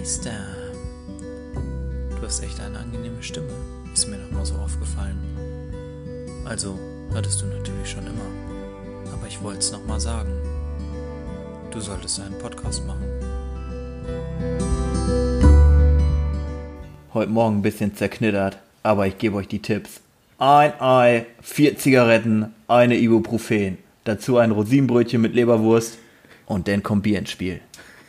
Meister, du hast echt eine angenehme Stimme, ist mir noch mal so aufgefallen. Also, hattest du natürlich schon immer, aber ich wollte es noch mal sagen. Du solltest einen Podcast machen. Heute Morgen ein bisschen zerknittert, aber ich gebe euch die Tipps. Ein Ei, 4 Zigaretten, eine Ibuprofen, dazu ein Rosinenbrötchen mit Leberwurst und dann kommt Bier ins Spiel.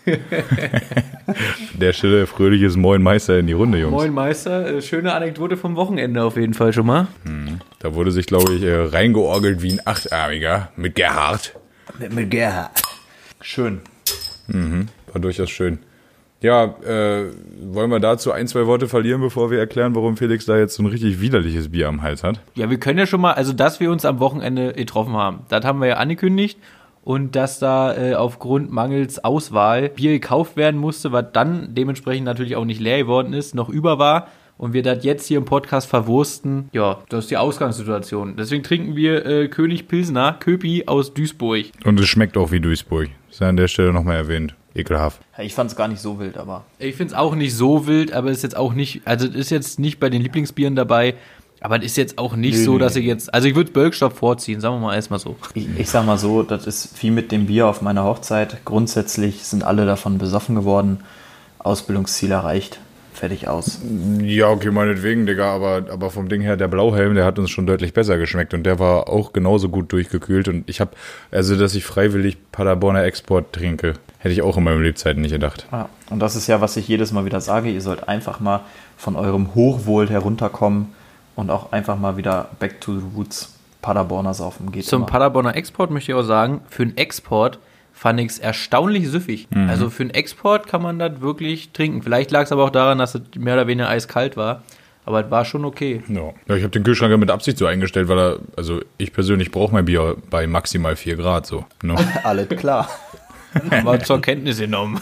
Der Stelle fröhliches Moin Meister in die Runde, Jungs. Moin Meister, schöne Anekdote vom Wochenende auf jeden Fall schon mal. Da wurde sich, glaube ich, reingeorgelt wie ein Achtarmiger mit Gerhard. Mit Gerhard. Schön. War durchaus schön. Ja, wollen wir dazu 1-2 Worte verlieren, bevor wir erklären, warum Felix da jetzt so ein richtig widerliches Bier am Hals hat? Ja, wir können ja schon mal, also dass wir uns am Wochenende getroffen haben, das haben wir ja angekündigt. Und dass da aufgrund mangels Auswahl Bier gekauft werden musste, was dann dementsprechend natürlich auch nicht leer geworden ist, noch über war. Und wir das jetzt hier im Podcast verwursten. Ja, das ist die Ausgangssituation. Deswegen trinken wir König Pilsner, Köpi aus Duisburg. Und es schmeckt auch wie Duisburg. Sei an der Stelle nochmal erwähnt. Ekelhaft. Ich fand's gar nicht so wild, aber... Ich finde es auch nicht so wild, aber ist jetzt auch nicht, also ist jetzt nicht bei den Lieblingsbieren dabei. Aber es ist jetzt auch nicht so, dass ich jetzt... Also ich würde Bölkstoff vorziehen, sagen wir mal erstmal so. Ich sag mal so, das ist wie mit dem Bier auf meiner Hochzeit. Grundsätzlich sind alle davon besoffen geworden. Ausbildungsziel erreicht. Fertig aus. Ja, okay, meinetwegen, Digga, aber vom Ding her, der Blauhelm, der hat uns schon deutlich besser geschmeckt und der war auch genauso gut durchgekühlt und ich habe, also dass ich freiwillig Paderborner Export trinke, hätte ich auch in meinem Lebzeiten nicht gedacht. Ja, und das ist ja, was ich jedes Mal wieder sage, ihr sollt einfach mal von eurem Hochwohl herunterkommen und auch einfach mal wieder back to the roots Paderborner saufen geht. Zum immer. Paderborner Export möchte ich auch sagen, für einen Export fand ich es erstaunlich süffig. Also für einen Export kann man das wirklich trinken. Vielleicht lag es aber auch daran, dass es mehr oder weniger eiskalt war. Aber es war schon okay. Ja, ich habe den Kühlschrank ja mit Absicht so eingestellt, weil ich persönlich brauche mein Bier bei maximal 4 Grad so. Ne? Alles klar. Aber zur Kenntnis genommen.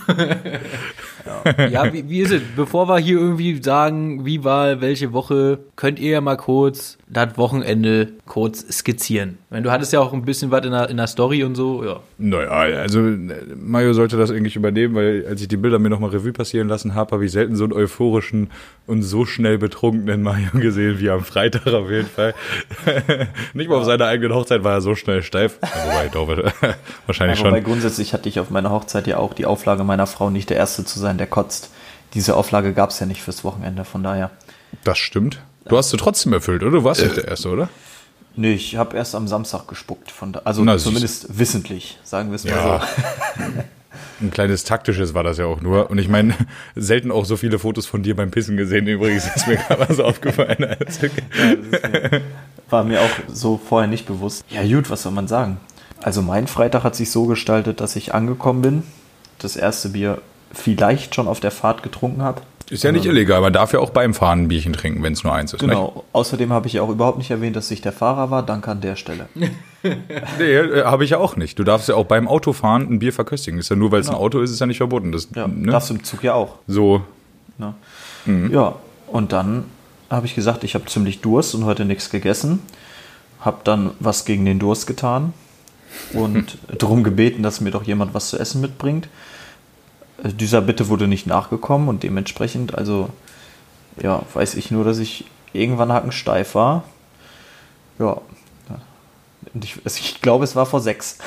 Ja, wie ist es? Bevor wir hier irgendwie sagen, wie war welche Woche, könnt ihr ja mal kurz das Wochenende kurz skizzieren. Du hattest ja auch ein bisschen was in der Story und so, ja. Naja, also Mario sollte das eigentlich übernehmen, weil als ich die Bilder mir nochmal Revue passieren lassen habe ich selten so einen euphorischen und so schnell betrunkenen Mario gesehen wie am Freitag auf jeden Fall. Nicht mal auf seiner eigenen Hochzeit war er so schnell steif. Wobei, doch, wahrscheinlich schon. Wobei grundsätzlich hatte ich auf meiner Hochzeit ja auch die Auflage meiner Frau, nicht der Erste zu sein, der kotzt. Diese Auflage gab es ja nicht fürs Wochenende, von daher. Das stimmt. Du hast sie trotzdem erfüllt, oder? Du warst nicht der Erste, oder? Nee, ich habe erst am Samstag gespuckt. Also zumindest wissentlich, sagen wir es mal so. Ein kleines taktisches war das ja auch nur. Und ich meine, selten auch so viele Fotos von dir beim Pissen gesehen. Übrigens ist mir gerade was aufgefallen. Ja, das war mir auch so vorher nicht bewusst. Ja gut, was soll man sagen? Also mein Freitag hat sich so gestaltet, dass ich angekommen bin, das erste Bier vielleicht schon auf der Fahrt getrunken habe. Ist ja nicht illegal, man darf ja auch beim Fahren ein Bierchen trinken, wenn es nur eins ist. Genau, nicht? Außerdem habe ich ja auch überhaupt nicht erwähnt, dass ich der Fahrer war, danke an der Stelle. Nee, habe ich ja auch nicht. Du darfst ja auch beim Autofahren ein Bier verköstigen. Ist ja nur, weil es ein Auto ist, ist ja nicht verboten. Das, Ja, ne? darfst du im Zug ja auch. So. Ne? Ja, und dann habe ich gesagt, ich habe ziemlich Durst und heute nichts gegessen. Habe dann was gegen den Durst getan und darum gebeten, dass mir doch jemand was zu essen mitbringt. Dieser Bitte wurde nicht nachgekommen und dementsprechend, also ja, weiß ich nur, dass ich irgendwann hackensteif war. Ja, und ich glaube, es war vor 6.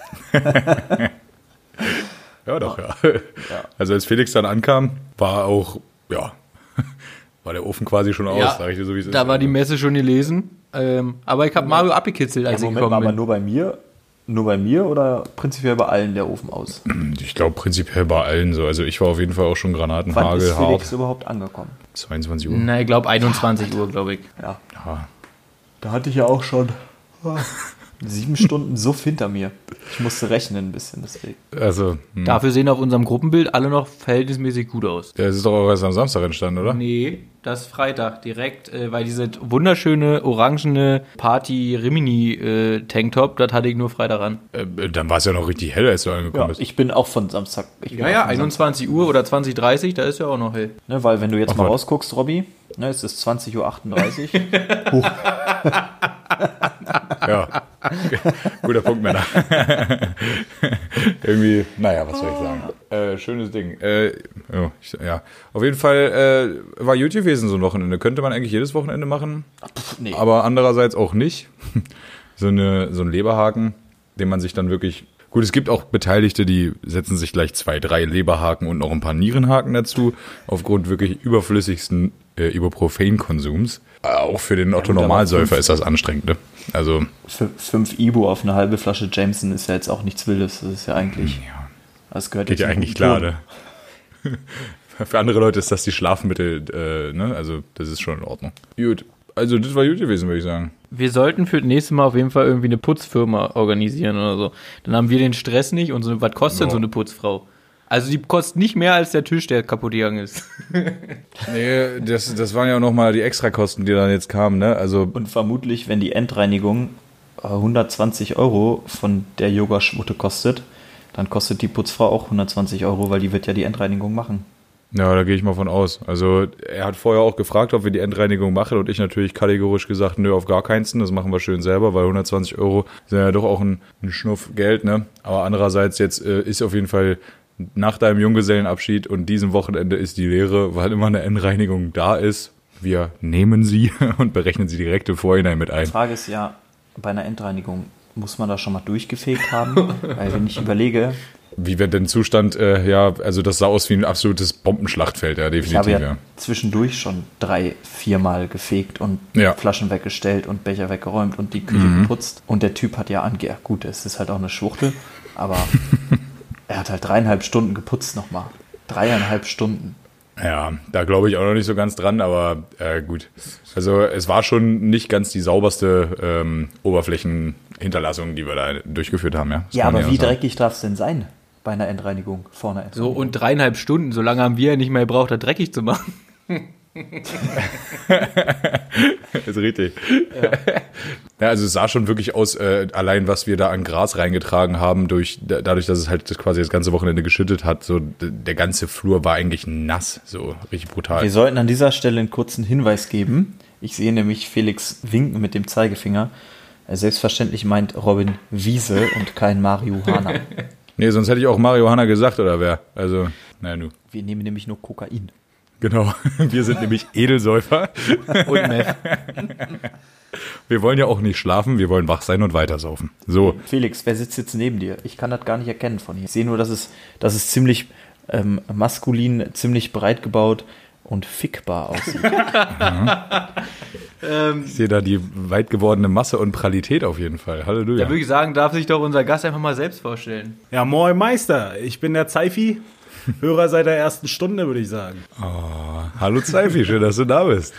Ja, doch, ja. Also als Felix dann ankam, war auch, ja, war der Ofen quasi schon aus, Ja, sag ich dir so, wie es ist. Da war die Messe schon gelesen. Aber ich habe Mario abgekitzelt, als ich gekommen bin. Aber nur bei mir oder prinzipiell bei allen der Ofen aus? Ich glaube prinzipiell bei allen so. Also ich war auf jeden Fall auch schon Wann Granatenhagel, ist Felix hart. überhaupt angekommen? 22 Uhr. Na, ich glaube 21 Uhr, glaube ich. Ja. Ja. Da hatte ich ja auch schon 7 Stunden Suff hinter mir. Ich musste rechnen ein bisschen, deswegen. Also, Dafür sehen auf unserem Gruppenbild alle noch verhältnismäßig gut aus. der ist doch auch erst am Samstag entstanden, oder? Nee, das ist Freitag direkt, weil diese wunderschöne orangene Party-Rimini-Tanktop, das hatte ich nur Freitag an. Dann war es ja noch richtig hell, als du angekommen Ja, bist. ich bin auch von Samstag. Ich bin Ja, auch ja, von 21 Uhr oder 20:30, da ist ja auch noch hell. Ne, weil wenn du jetzt Ach, mal was? rausguckst, Robby, ne, es ist 20:38 Uhr. Ja. Guter Punkt, Männer. Irgendwie, naja, was soll ich sagen? Schönes Ding. Ja. Auf jeden Fall war YouTube-Wesen so ein Wochenende. Könnte man eigentlich jedes Wochenende machen, Nee. aber andererseits auch nicht. So ein Leberhaken, den man sich dann wirklich... Gut, es gibt auch Beteiligte, die setzen sich gleich 2, 3 Leberhaken und noch ein paar Nierenhaken dazu, aufgrund wirklich überflüssigsten Ibuprofen-Konsums. Auch für den Otto-Normalsäufer ist das anstrengend, ne? Also 5 Ibu auf eine halbe Flasche Jameson ist ja jetzt auch nichts Wildes. Das ist ja eigentlich... Das gehört geht ja zum eigentlich guten klar, Ton. ne? Für andere Leute ist das die Schlafmittel, ne? Also das ist schon in Ordnung. Gut, also das war gut gewesen, würde ich sagen. Wir sollten für das nächste Mal auf jeden Fall irgendwie eine Putzfirma organisieren oder so. Dann haben wir den Stress nicht und so, was kostet denn so eine Putzfrau? Also die kostet nicht mehr als der Tisch, der kaputt gegangen ist. Nee, das waren ja auch nochmal die Extrakosten, die dann jetzt kamen, ne? Also Und vermutlich, wenn die Endreinigung 120 € von der Yogaschwutte kostet, dann kostet die Putzfrau auch 120 €, weil die wird ja die Endreinigung machen. ja, da gehe ich mal von aus. Also er hat vorher auch gefragt, ob wir die Endreinigung machen und ich natürlich kategorisch gesagt, nö, auf gar keinen, das machen wir schön selber, weil 120 € sind ja doch auch ein Schnuff Geld, ne? Aber andererseits jetzt ist auf jeden Fall nach deinem Junggesellenabschied und diesem Wochenende ist die Lehre, weil immer eine Endreinigung da ist. Wir nehmen sie und berechnen sie direkt im Vorhinein mit ein. Die Frage ist ja, bei einer Endreinigung muss man da schon mal durchgefegt haben? Weil wenn ich überlege, Wie wird denn Zustand, also das sah aus wie ein absolutes Bombenschlachtfeld, ja, ich definitiv, habe ja ja. zwischendurch schon 3, 4 Mal gefegt und Ja. Flaschen weggestellt und Becher weggeräumt und die Küche geputzt. Und der Typ hat ja gut, es ist halt auch eine Schwuchtel, aber er hat halt 3,5 Stunden geputzt nochmal. 3,5 Stunden. Ja, da glaube ich auch noch nicht so ganz dran, aber gut. Also es war schon nicht ganz die sauberste Oberflächenhinterlassung, die wir da durchgeführt haben, ja. Das Ja, kann man aber wie auch sagen. dreckig darf es denn sein bei einer Endreinigung, vor einer So, Endreinigung? und 3,5 Stunden, so lange haben wir ja nicht mehr gebraucht, das dreckig zu machen. Ist richtig. Ja, also es sah schon wirklich aus, allein was wir da an Gras reingetragen haben, dadurch, dass es halt quasi das ganze Wochenende geschüttet hat, so der ganze Flur war eigentlich nass, so richtig brutal. Wir sollten an dieser Stelle einen kurzen Hinweis geben. Ich sehe nämlich Felix winken mit dem Zeigefinger. Selbstverständlich meint Robin Wiese und kein Mario Hana. Nee, sonst hätte ich auch Mario Hanna gesagt, oder wer? Also, naja, nu. Wir nehmen nämlich nur Kokain. Genau, wir sind nämlich Edelsäufer. Und Meth. Wir wollen ja auch nicht schlafen, wir wollen wach sein und weitersaufen. So, Felix, wer sitzt jetzt neben dir? Ich kann das gar nicht erkennen von hier. Ich sehe nur, dass es ziemlich maskulin, ziemlich breit gebaut und fickbar aussieht. ich sehe da die weit gewordene Masse und Pralität auf jeden Fall. Halleluja. Da würde ich sagen, darf sich doch unser Gast einfach mal selbst vorstellen. Ja, moin Meister, ich bin der Zeifi, Hörer seit der ersten Stunde, würde ich sagen. Hallo Zeifi, schön, dass du da bist.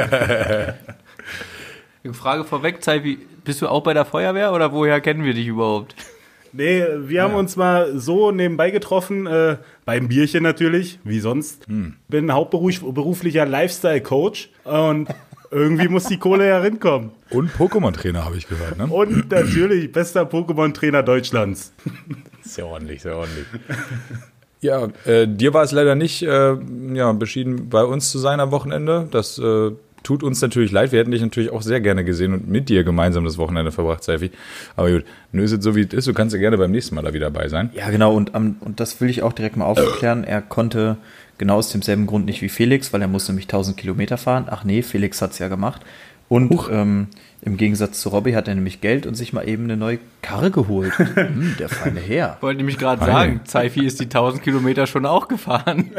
Frage vorweg, Zeifi, bist du auch bei der Feuerwehr oder woher kennen wir dich überhaupt? Nee, wir haben uns mal so nebenbei getroffen, beim Bierchen natürlich, wie sonst. Bin hauptberuflicher Lifestyle-Coach und irgendwie muss die Kohle ja rinkommen. Und Pokémon-Trainer habe ich gehört, ne? Und natürlich bester Pokémon-Trainer Deutschlands. Sehr ordentlich, sehr ordentlich. Ja, dir war es leider nicht beschieden, bei uns zu sein am Wochenende. Das tut uns natürlich leid. Wir hätten dich natürlich auch sehr gerne gesehen und mit dir gemeinsam das Wochenende verbracht, Seifi. Aber gut, nun ist es so, wie es ist. Du kannst ja gerne beim nächsten Mal da wieder dabei sein. Ja, genau. Und das will ich auch direkt mal aufklären. Er konnte genau aus demselben Grund nicht wie Felix, weil er musste nämlich 1000 Kilometer fahren. Ach nee, Felix hat es ja gemacht. Und im Gegensatz zu Robby hat er nämlich Geld und sich mal eben eine neue Karre geholt. Der feine Herr. Wollte nämlich gerade sagen, Zeifi ist die 1000 Kilometer schon auch gefahren.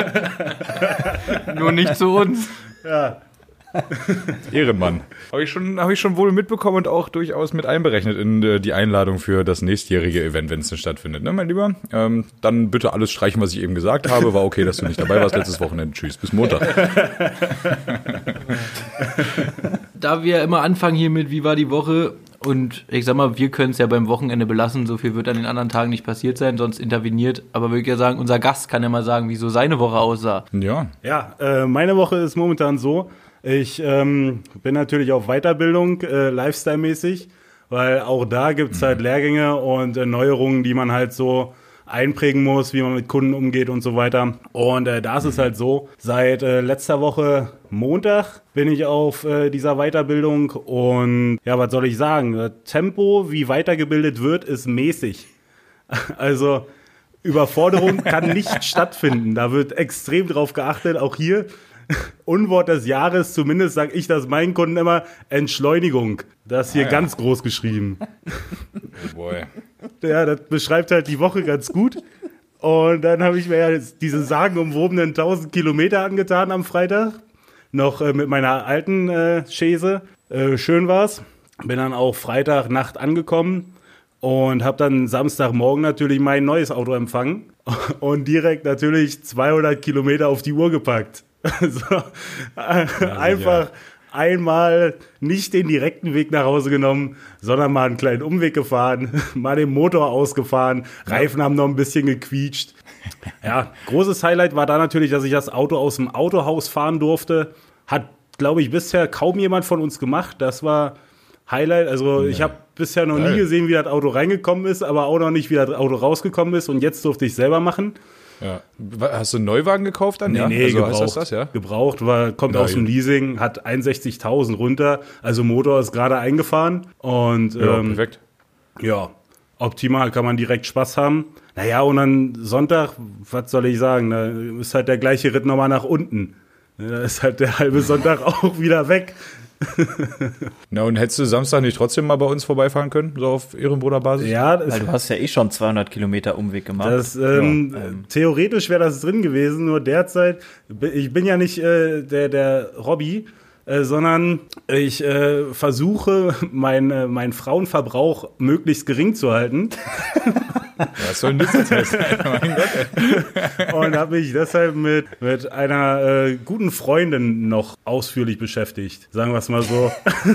Nur nicht zu uns. Ja, Ehrenmann. Habe ich schon wohl mitbekommen und auch durchaus mit einberechnet in die Einladung für das nächstjährige Event, wenn es denn stattfindet, ne, mein Lieber? Dann bitte alles streichen, was ich eben gesagt habe. War okay, dass du nicht dabei warst letztes Wochenende. Tschüss, bis Montag. Da wir immer anfangen hier mit, wie war die Woche? Und ich sag mal, wir können es ja beim Wochenende belassen. So viel wird an den anderen Tagen nicht passiert sein, sonst interveniert. Aber würde ich ja sagen, unser Gast kann ja mal sagen, wie so seine Woche aussah. Ja. meine Woche ist momentan so, ich bin natürlich auf Weiterbildung, Lifestyle-mäßig, weil auch da gibt es halt Lehrgänge und Neuerungen, die man halt so einprägen muss, wie man mit Kunden umgeht und so weiter. Und da ist es halt so, seit letzter Woche Montag bin ich auf dieser Weiterbildung und ja, was soll ich sagen? Das Tempo, wie weitergebildet wird, ist mäßig. Also Überforderung kann nicht stattfinden. Da wird extrem drauf geachtet, auch hier. Unwort des Jahres, zumindest sage ich das meinen Kunden immer, Entschleunigung. Das hier ganz groß geschrieben. Oh boy. Ja, das beschreibt halt die Woche ganz gut. Und dann habe ich mir ja diese sagenumwobenen 1000 Kilometer angetan am Freitag. Noch mit meiner alten Chaise. Schön war's. Bin dann auch Freitagnacht angekommen und habe dann Samstagmorgen natürlich mein neues Auto empfangen. Und direkt natürlich 200 Kilometer auf die Uhr gepackt. Also, einfach einmal nicht den direkten Weg nach Hause genommen, sondern mal einen kleinen Umweg gefahren, mal den Motor ausgefahren, Reifen haben noch ein bisschen gequietscht. Ja, großes Highlight war da natürlich, dass ich das Auto aus dem Autohaus fahren durfte. Hat, glaube ich, bisher kaum jemand von uns gemacht. Das war Highlight. Also ich habe bisher noch nie gesehen, wie das Auto reingekommen ist, aber auch noch nicht, wie das Auto rausgekommen ist. Und jetzt durfte ich selber machen. Ja. Hast du einen Neuwagen gekauft dann? Nee, also gebraucht. Heißt das, ja? Gebraucht, kommt aus dem Leasing, hat 61.000 runter, also Motor ist gerade eingefahren und Ja, perfekt. ja, optimal, kann man direkt Spaß haben. Naja, und dann Sonntag, was soll ich sagen, da ist halt der gleiche Ritt nochmal nach unten. Da ist halt der halbe Sonntag auch wieder weg. Na, und hättest du Samstag nicht trotzdem mal bei uns vorbeifahren können, so auf Ehrenbruderbasis? Ja, Weil du hast ja eh schon 200 Kilometer Umweg gemacht. Theoretisch wäre das drin gewesen, nur derzeit, ich bin ja nicht der Robby, sondern ich versuche, meinen Frauenverbrauch möglichst gering zu halten. Was soll denn das jetzt heißen? Mein Gott. Und habe mich deshalb mit einer guten Freundin noch ausführlich beschäftigt. Sagen wir es mal so.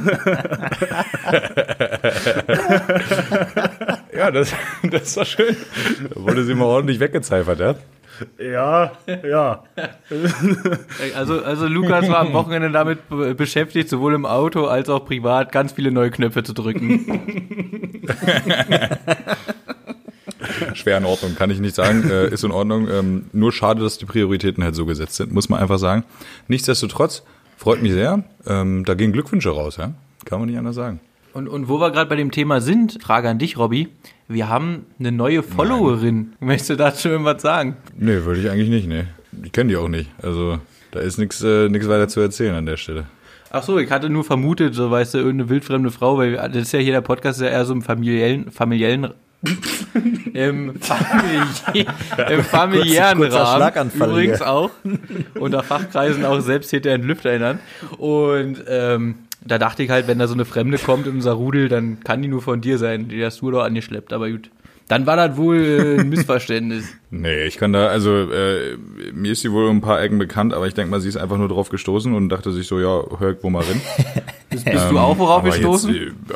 Ja, das ist doch schön. Da wurde sie mal ordentlich weggezeifert, ja? Ja. Also Lukas war am Wochenende damit beschäftigt, sowohl im Auto als auch privat, ganz viele neue Knöpfe zu drücken. Schwer in Ordnung, kann ich nicht sagen. Ist in Ordnung. Nur schade, dass die Prioritäten halt so gesetzt sind, muss man einfach sagen. Nichtsdestotrotz, freut mich sehr. Da gehen Glückwünsche raus, ja? Kann man nicht anders sagen. Und wo wir gerade bei dem Thema sind, Frage an dich, Robby. Wir haben eine neue Followerin. Möchtest du dazu irgendwas sagen? Nee, würde ich eigentlich nicht, nee. Ich kenne die auch nicht. Also, da ist nichts weiter zu erzählen an der Stelle. Ach so, ich hatte nur vermutet, so weißt du, irgendeine wildfremde Frau, weil das ist ja hier der Podcast ist ja eher so im familiären im familiären kurzer Rahmen Schlaganfall übrigens hier. auch unter Fachkreisen auch selbst hinter den Lüfter erinnern und da dachte ich halt, wenn da so eine Fremde kommt in unser Rudel, dann kann die nur von dir sein, die hast du doch angeschleppt, aber gut. Dann war das wohl ein Missverständnis. Nee, ich kann da, also mir ist sie wohl um ein paar Ecken bekannt, aber ich denke mal, sie ist einfach nur drauf gestoßen und dachte sich so, ja, hör ich wo mal rein. Bist du auch worauf gestoßen?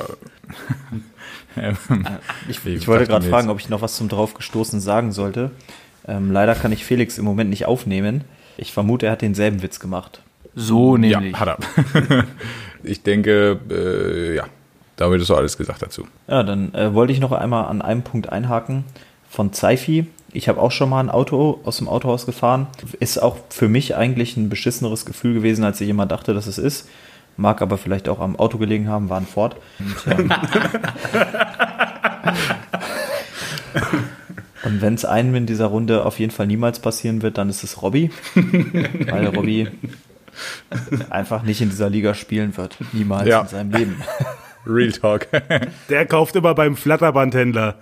Ich wollte gerade fragen, ob ich noch was zum Draufgestoßen sagen sollte. Leider kann ich Felix im Moment nicht aufnehmen. Ich vermute, er hat denselben Witz gemacht. So nämlich. Ja, hat er. Ich denke, ja, damit ist so alles gesagt dazu. Ja, dann wollte ich noch einmal an einem Punkt einhaken von Zeifi. Ich habe auch schon mal ein Auto aus dem Autohaus gefahren. Ist auch für mich eigentlich ein beschisseneres Gefühl gewesen, als ich immer dachte, dass es ist. Mag aber vielleicht auch am Auto gelegen haben, war ein Ford. Und wenn es einem in dieser Runde auf jeden Fall niemals passieren wird, dann ist es Robby. Weil Robby einfach nicht in dieser Liga spielen wird. Niemals in seinem Leben. Real Talk. Der kauft immer beim Flatterbandhändler.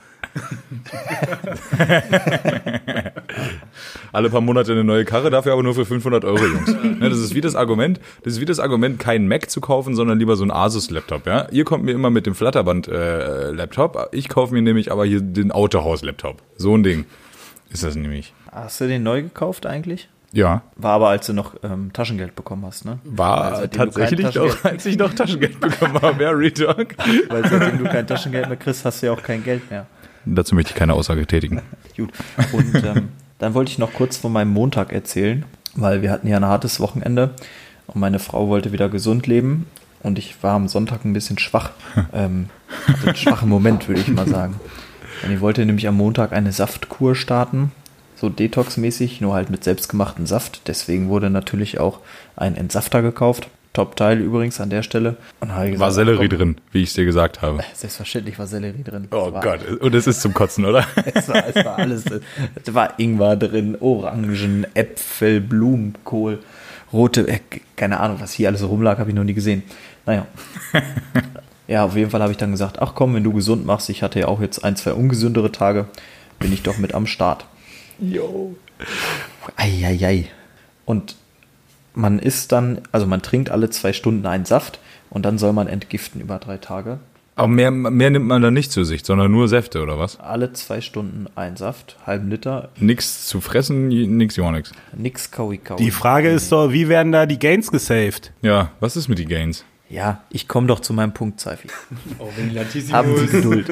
Alle paar Monate eine neue Karre, dafür aber nur für 500 €, Jungs. Ne, das ist wie das Argument, keinen Mac zu kaufen, sondern lieber so einen Asus-Laptop. Ja? Ihr kommt mir immer mit dem Flatterband-Laptop, ich kaufe mir nämlich aber hier den Autohaus-Laptop. So ein Ding ist das nämlich. Hast du den neu gekauft eigentlich? Ja. War aber, als du noch Taschengeld bekommen hast, ne? War tatsächlich auch, als ich noch Taschengeld bekommen habe, ja, Real Talk. Weil seitdem du kein Taschengeld mehr kriegst, hast du ja auch kein Geld mehr. Dazu möchte ich keine Aussage tätigen. Gut. Und dann wollte ich noch kurz von meinem Montag erzählen, weil wir hatten ja ein hartes Wochenende und meine Frau wollte wieder gesund leben und ich war am Sonntag ein bisschen schwach. Hatte einen schwachen Moment, würde ich mal sagen. Und ich wollte nämlich am Montag eine Saftkur starten, so Detox-mäßig, nur halt mit selbstgemachten Saft. Deswegen wurde natürlich auch ein Entsafter gekauft. Top-Teil übrigens an der Stelle. Und habe gesagt, War Sellerie drin, wie ich es dir gesagt habe. Selbstverständlich war Sellerie drin. Oh Gott, und es ist zum Kotzen, oder? Es war alles drin. Es war Ingwer drin, Orangen, Äpfel, Blumenkohl, rote, keine Ahnung, was hier alles so rumlag, habe ich noch nie gesehen. Naja. Ja, auf jeden Fall habe ich dann gesagt, ach komm, wenn du gesund machst, ich hatte ja auch jetzt 1, 2 ungesündere Tage, bin ich doch mit am Start. Jo. Eieiei. Und man isst dann, also man trinkt alle 2 Stunden einen Saft und dann soll man entgiften über 3 Tage. Aber mehr nimmt man dann nicht zu sich, sondern nur Säfte, oder was? Alle 2 Stunden ein Saft, halben Liter. Nix zu fressen, nix, gar nix. Nix Kaui. Die Frage ist doch, wie werden da die Gains gesaved? Ja, was ist mit die Gains? Ja, ich komme doch zu meinem Punkt, Seifi. Oh, wenn Latissimus. Haben Sie Geduld.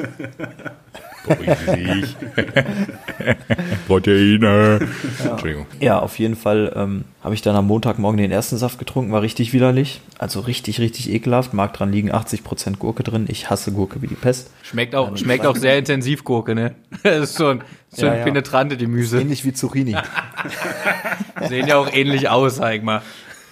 Proteine. Entschuldigung. Ja, auf jeden Fall habe ich dann am Montagmorgen den ersten Saft getrunken, war richtig widerlich. Also richtig, richtig ekelhaft. Mag dran liegen, 80% Gurke drin. Ich hasse Gurke wie die Pest. Schmeckt auch sehr intensiv Gurke, ne? Das ist so ein penetrante Gemüse. Ähnlich wie Zucchini. Sehen ja auch ähnlich aus, sag mal.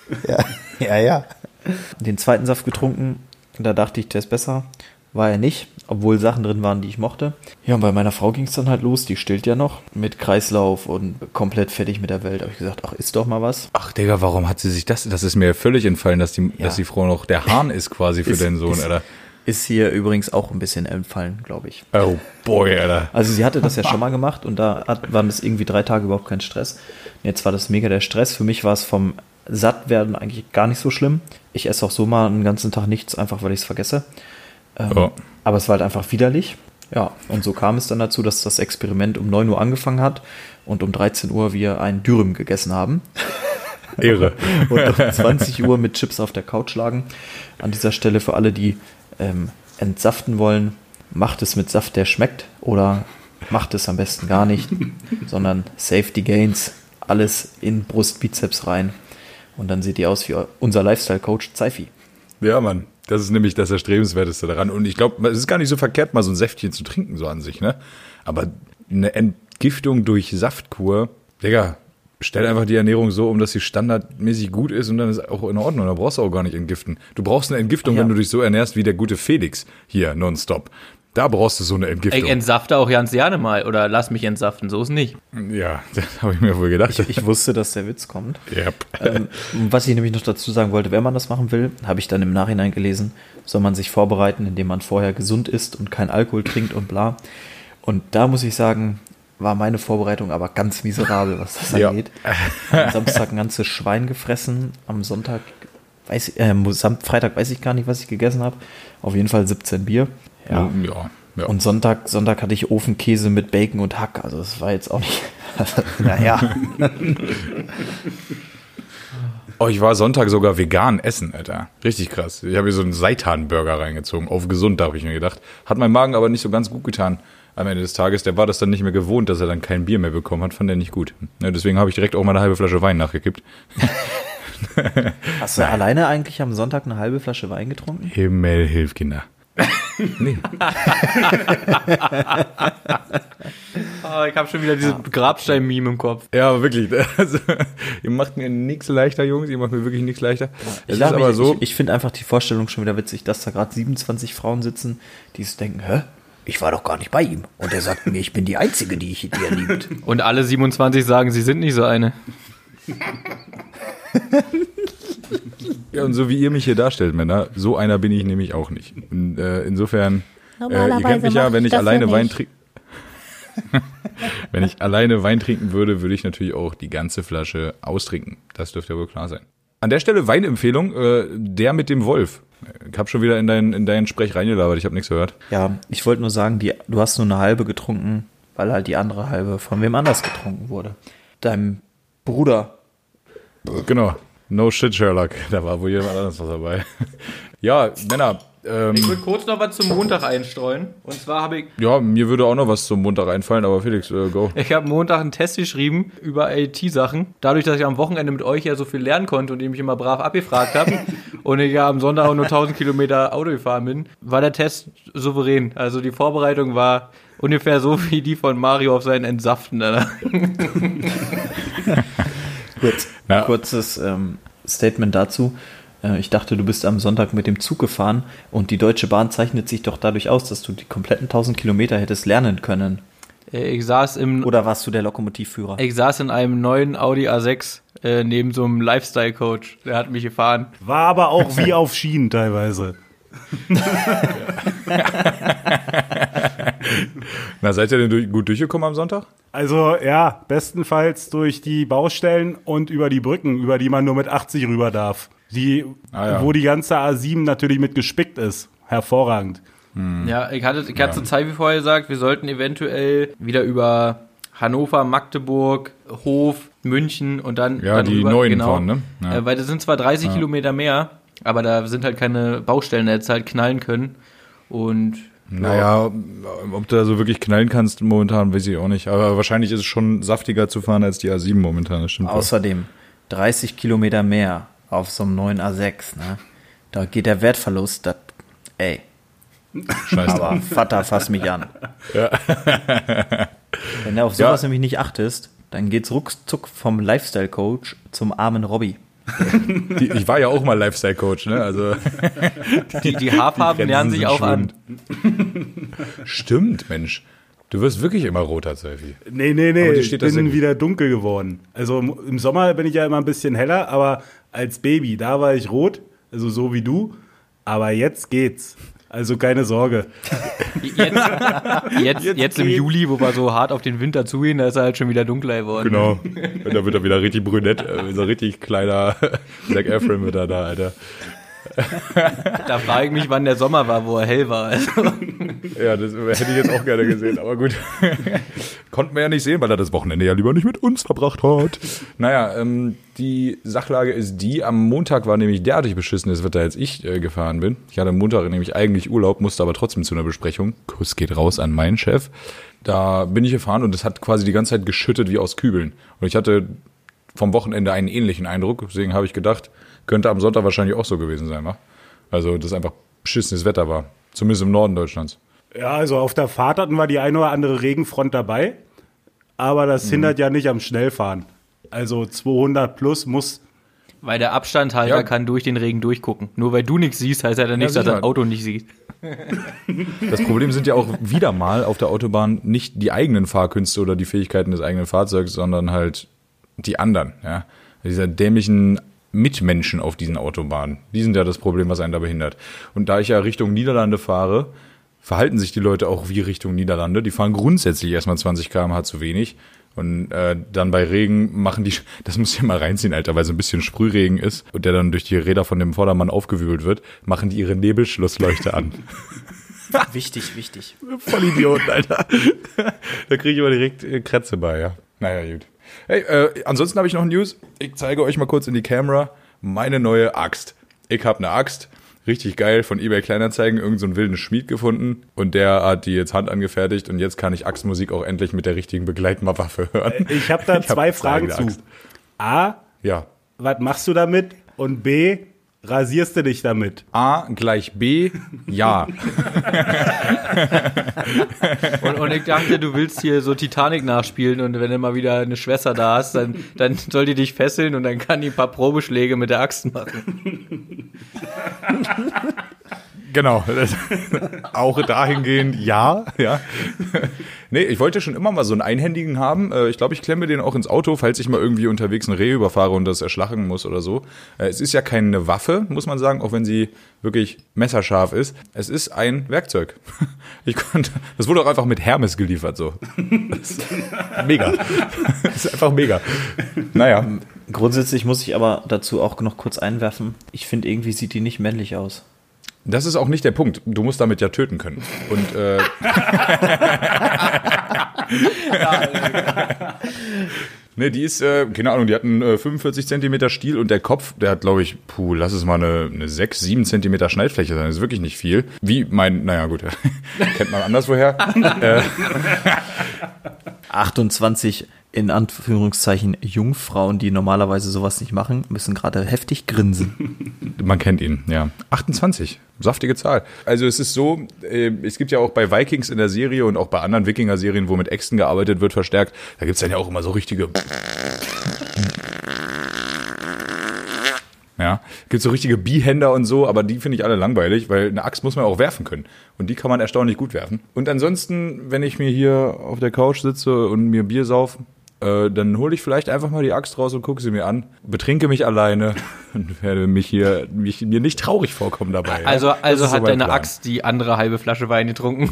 Ja. Den zweiten Saft getrunken, da dachte ich, der ist besser. War er nicht, obwohl Sachen drin waren, die ich mochte. Ja, und bei meiner Frau ging es dann halt los, die stillt ja noch, mit Kreislauf und komplett fertig mit der Welt. Da habe ich gesagt, ach, isst doch mal was. Ach, Digga, warum hat sie sich das ist mir völlig entfallen, dass die Frau noch der Hahn ist quasi für deinen Sohn, Alter. Ist hier übrigens auch ein bisschen entfallen, glaube ich. Oh boy, Alter. Also sie hatte das ja schon mal gemacht und da waren das irgendwie 3 Tage überhaupt kein Stress. Jetzt war das mega der Stress. Für mich war es vom Sattwerden eigentlich gar nicht so schlimm. Ich esse auch so mal einen ganzen Tag nichts, einfach weil ich es vergesse. Aber es war halt einfach widerlich. Ja, und so kam es dann dazu, dass das Experiment um 9 Uhr angefangen hat und um 13 Uhr wir ein Dürüm gegessen haben. Ehre. Und um 20 Uhr mit Chips auf der Couch lagen. An dieser Stelle für alle, die entsaften wollen, macht es mit Saft, der schmeckt, oder macht es am besten gar nicht, sondern Safety Gains, alles in Brust, Bizeps rein. Und dann seht ihr aus wie unser Lifestyle-Coach Seifi. Ja, Mann. Das ist nämlich das Erstrebenswerteste daran. Und ich glaube, es ist gar nicht so verkehrt, mal so ein Säftchen zu trinken, so an sich, ne? Aber eine Entgiftung durch Saftkur, Digga, stell einfach die Ernährung so um, dass sie standardmäßig gut ist und dann ist auch in Ordnung. Da brauchst du auch gar nicht entgiften. Du brauchst eine Entgiftung, wenn du dich so ernährst wie der gute Felix hier nonstop. Da brauchst du so eine Entgiftung. Ich entsafte auch ganz gerne mal oder lass mich entsaften, so ist nicht. Ja, das habe ich mir wohl gedacht. Ich wusste, dass der Witz kommt. Yep. Was ich nämlich noch dazu sagen wollte, wenn man das machen will, habe ich dann im Nachhinein gelesen, soll man sich vorbereiten, indem man vorher gesund isst und kein Alkohol trinkt und bla. Und da muss ich sagen, war meine Vorbereitung aber ganz miserabel, was das angeht. Am Samstag ein ganzes Schwein gefressen, am Sonntag, Freitag weiß ich gar nicht, was ich gegessen habe. Auf jeden Fall 17 Bier. Ja. Und Sonntag hatte ich Ofenkäse mit Bacon und Hack. Also das war jetzt auch nicht, naja. Oh, ich war Sonntag sogar vegan essen, Alter. Richtig krass. Ich habe hier so einen Seitan-Burger reingezogen. Auf gesund, da habe ich mir gedacht. Hat mein Magen aber nicht so ganz gut getan. Am Ende des Tages, der war das dann nicht mehr gewohnt, dass er dann kein Bier mehr bekommen hat. Fand er nicht gut. Ja, deswegen habe ich direkt auch mal eine halbe Flasche Wein nachgekippt. Hast du alleine eigentlich am Sonntag eine halbe Flasche Wein getrunken? Himmel, hilf, Kinder. Nee. Oh, ich habe schon wieder dieses Grabstein-Meme im Kopf. Ja, aber wirklich. Also, ihr macht mir nichts leichter, Jungs. Ihr macht mir wirklich nichts leichter. Es ist aber so. Ich finde einfach die Vorstellung schon wieder witzig, dass da gerade 27 Frauen sitzen, die sich denken, hä? Ich war doch gar nicht bei ihm. Und er sagt mir, ich bin die Einzige, die er liebt. Und alle 27 sagen, sie sind nicht so eine. Ja, und so wie ihr mich hier darstellt, Männer, so einer bin ich nämlich auch nicht. Und insofern, ihr kennt mich ja, wenn ich alleine Wein trinke. Wenn ich alleine Wein trinken würde, würde ich natürlich auch die ganze Flasche austrinken. Das dürfte ja wohl klar sein. An der Stelle Weinempfehlung, der mit dem Wolf. Ich habe schon wieder in deinen Sprech reingelabert, ich habe nichts gehört. Ja, ich wollte nur sagen, du hast nur eine halbe getrunken, weil halt die andere halbe von wem anders getrunken wurde. Deinem Bruder. Genau. No shit, Sherlock. Da war wohl jemand anderes was dabei. Ja, Männer. Ich würde kurz noch was zum Montag einstreuen. Und zwar habe ich... Ja, mir würde auch noch was zum Montag einfallen, aber Felix, go. Ich habe Montag einen Test geschrieben über IT-Sachen. Dadurch, dass ich am Wochenende mit euch ja so viel lernen konnte und ihr mich immer brav abgefragt habt und ich ja am Sonntag auch nur 1000 Kilometer Auto gefahren bin, war der Test souverän. Also die Vorbereitung war ungefähr so wie die von Mario auf seinen Entsaften. Kurzes Statement dazu. Ich dachte, du bist am Sonntag mit dem Zug gefahren und die Deutsche Bahn zeichnet sich doch dadurch aus, dass du die kompletten 1000 Kilometer hättest lernen können. Oder warst du der Lokomotivführer? Ich saß in einem neuen Audi A6 neben so einem Lifestyle-Coach. Der hat mich gefahren. War aber auch wie auf Schienen teilweise. Na, seid ihr denn gut durchgekommen am Sonntag? Also ja, bestenfalls durch die Baustellen und über die Brücken, über die man nur mit 80 rüber darf. Wo die ganze A7 natürlich mit gespickt ist. Hervorragend. Ja, ich hatte zur Zeit wie vorher gesagt, wir sollten eventuell wieder über Hannover, Magdeburg, Hof, München und dann die rüber, neuen fahren, ne? Ja. Weil das sind zwar 30 Kilometer mehr, aber da sind halt keine Baustellen, da hättest halt knallen können. Und naja, ob du da so wirklich knallen kannst momentan, weiß ich auch nicht. Aber wahrscheinlich ist es schon saftiger zu fahren als die A7 momentan, das stimmt. Außerdem 30 Kilometer mehr auf so einem neuen A6, ne? Da geht der Wertverlust, Scheiße. Aber Vater, fass mich an. Ja. Wenn du auf sowas nämlich nicht achtest, dann geht's ruckzuck vom Lifestyle-Coach zum armen Robby. Ich war ja auch mal Lifestyle-Coach, ne? Also die Haarfarben lernen sich auch an. Stimmt, Mensch. Du wirst wirklich immer roter, Selfie. Nee, ich bin wieder dunkel geworden. Also im Sommer bin ich ja immer ein bisschen heller, aber als Baby, da war ich rot, also so wie du. Aber jetzt geht's. Also keine Sorge. Jetzt im Juli, wo wir so hart auf den Winter zugehen, da ist er halt schon wieder dunkler geworden. Genau. Und da wird er wieder richtig brünett. So richtig kleiner Zac Efron wird er da, Alter. Da frage ich mich, wann der Sommer war, wo er hell war. Also. Ja, das hätte ich jetzt auch gerne gesehen, aber gut. Konnten wir ja nicht sehen, weil er das Wochenende ja lieber nicht mit uns verbracht hat. Naja, die Sachlage ist die, am Montag war nämlich derartig beschissenes Wetter, als ich gefahren bin. Ich hatte am Montag nämlich eigentlich Urlaub, musste aber trotzdem zu einer Besprechung. Kuss geht raus an meinen Chef. Da bin ich gefahren und es hat quasi die ganze Zeit geschüttet wie aus Kübeln. Und ich hatte vom Wochenende einen ähnlichen Eindruck, deswegen habe ich gedacht, könnte am Sonntag wahrscheinlich auch so gewesen sein, wa? Also, dass einfach beschissenes Wetter war. Zumindest im Norden Deutschlands. Ja, also auf der Fahrt hatten wir die eine oder andere Regenfront dabei. Aber das hindert ja nicht am Schnellfahren. Also 200 plus muss. Weil der Abstandhalter kann durch den Regen durchgucken. Nur weil du nichts siehst, heißt ja dann nichts, dass das Auto nicht sieht. Das Problem sind ja auch wieder mal auf der Autobahn nicht die eigenen Fahrkünste oder die Fähigkeiten des eigenen Fahrzeugs, sondern halt die anderen. Ja? Dieser dämlichen Mitmenschen auf diesen Autobahnen. Die sind ja das Problem, was einen da behindert. Und da ich ja Richtung Niederlande fahre, verhalten sich die Leute auch wie Richtung Niederlande. Die fahren grundsätzlich erstmal 20 km/h zu wenig. Und dann bei Regen machen die, das muss ich mal reinziehen, Alter, weil so ein bisschen Sprühregen ist und der dann durch die Räder von dem Vordermann aufgewühlt wird, machen die ihre Nebelschlussleuchte an. Wichtig. Voll Idioten, Alter. Da kriege ich immer direkt Krätze bei, ja. Naja, gut. Hey, ansonsten habe ich noch News. Ich zeige euch mal kurz in die Kamera meine neue Axt. Ich habe eine Axt, richtig geil, von eBay Kleinanzeigen, irgend so einen wilden Schmied gefunden und der hat die jetzt handangefertigt und jetzt kann ich Axtmusik auch endlich mit der richtigen Begleitwaffe hören. Ich habe da zwei Fragen zu. A, was machst du damit? Und B, rasierst du dich damit? A gleich B, ja. Und ich dachte, du willst hier so Titanic nachspielen und wenn du mal wieder eine Schwester da hast, dann soll die dich fesseln und dann kann die ein paar Probeschläge mit der Axt machen. Genau, auch dahingehend ja. Nee, ich wollte schon immer mal so einen einhändigen haben. Ich glaube, ich klemme den auch ins Auto, falls ich mal irgendwie unterwegs ein Reh überfahre und das erschlagen muss oder so. Es ist ja keine Waffe, muss man sagen, auch wenn sie wirklich messerscharf ist. Es ist ein Werkzeug. Das wurde auch einfach mit Hermes geliefert, so. Das ist mega. Das ist einfach mega. Naja. Grundsätzlich muss ich aber dazu auch noch kurz einwerfen, ich finde, irgendwie sieht die nicht männlich aus. Das ist auch nicht der Punkt. Du musst damit ja töten können. Und ne, die ist, keine Ahnung, die hat einen 45 Zentimeter Stiel und der Kopf, der hat, glaube ich, lass es mal eine 6, 7 Zentimeter Schneidfläche sein. Das ist wirklich nicht viel. Wie naja gut, kennt man anderswoher. 28 in Anführungszeichen Jungfrauen, die normalerweise sowas nicht machen, müssen gerade heftig grinsen. Man kennt ihn, ja. 28, saftige Zahl. Also es ist so, es gibt ja auch bei Vikings in der Serie und auch bei anderen Wikinger-Serien, wo mit Äxten gearbeitet wird, verstärkt, da gibt es dann ja auch immer so richtige... Ja, gibt so richtige Bihänder und so, aber die finde ich alle langweilig, weil eine Axt muss man auch werfen können. Und die kann man erstaunlich gut werfen. Und ansonsten, wenn ich mir hier auf der Couch sitze und mir Bier saufe, dann hole ich vielleicht einfach mal die Axt raus und gucke sie mir an, betrinke mich alleine und werde mir nicht traurig vorkommen dabei. Also Das ist so hat mein deine Plan. Axt die andere halbe Flasche Wein getrunken.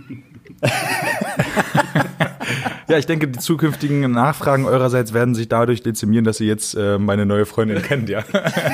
Ja, ich denke, die zukünftigen Nachfragen eurerseits werden sich dadurch dezimieren, dass ihr jetzt meine neue Freundin kennt, ja.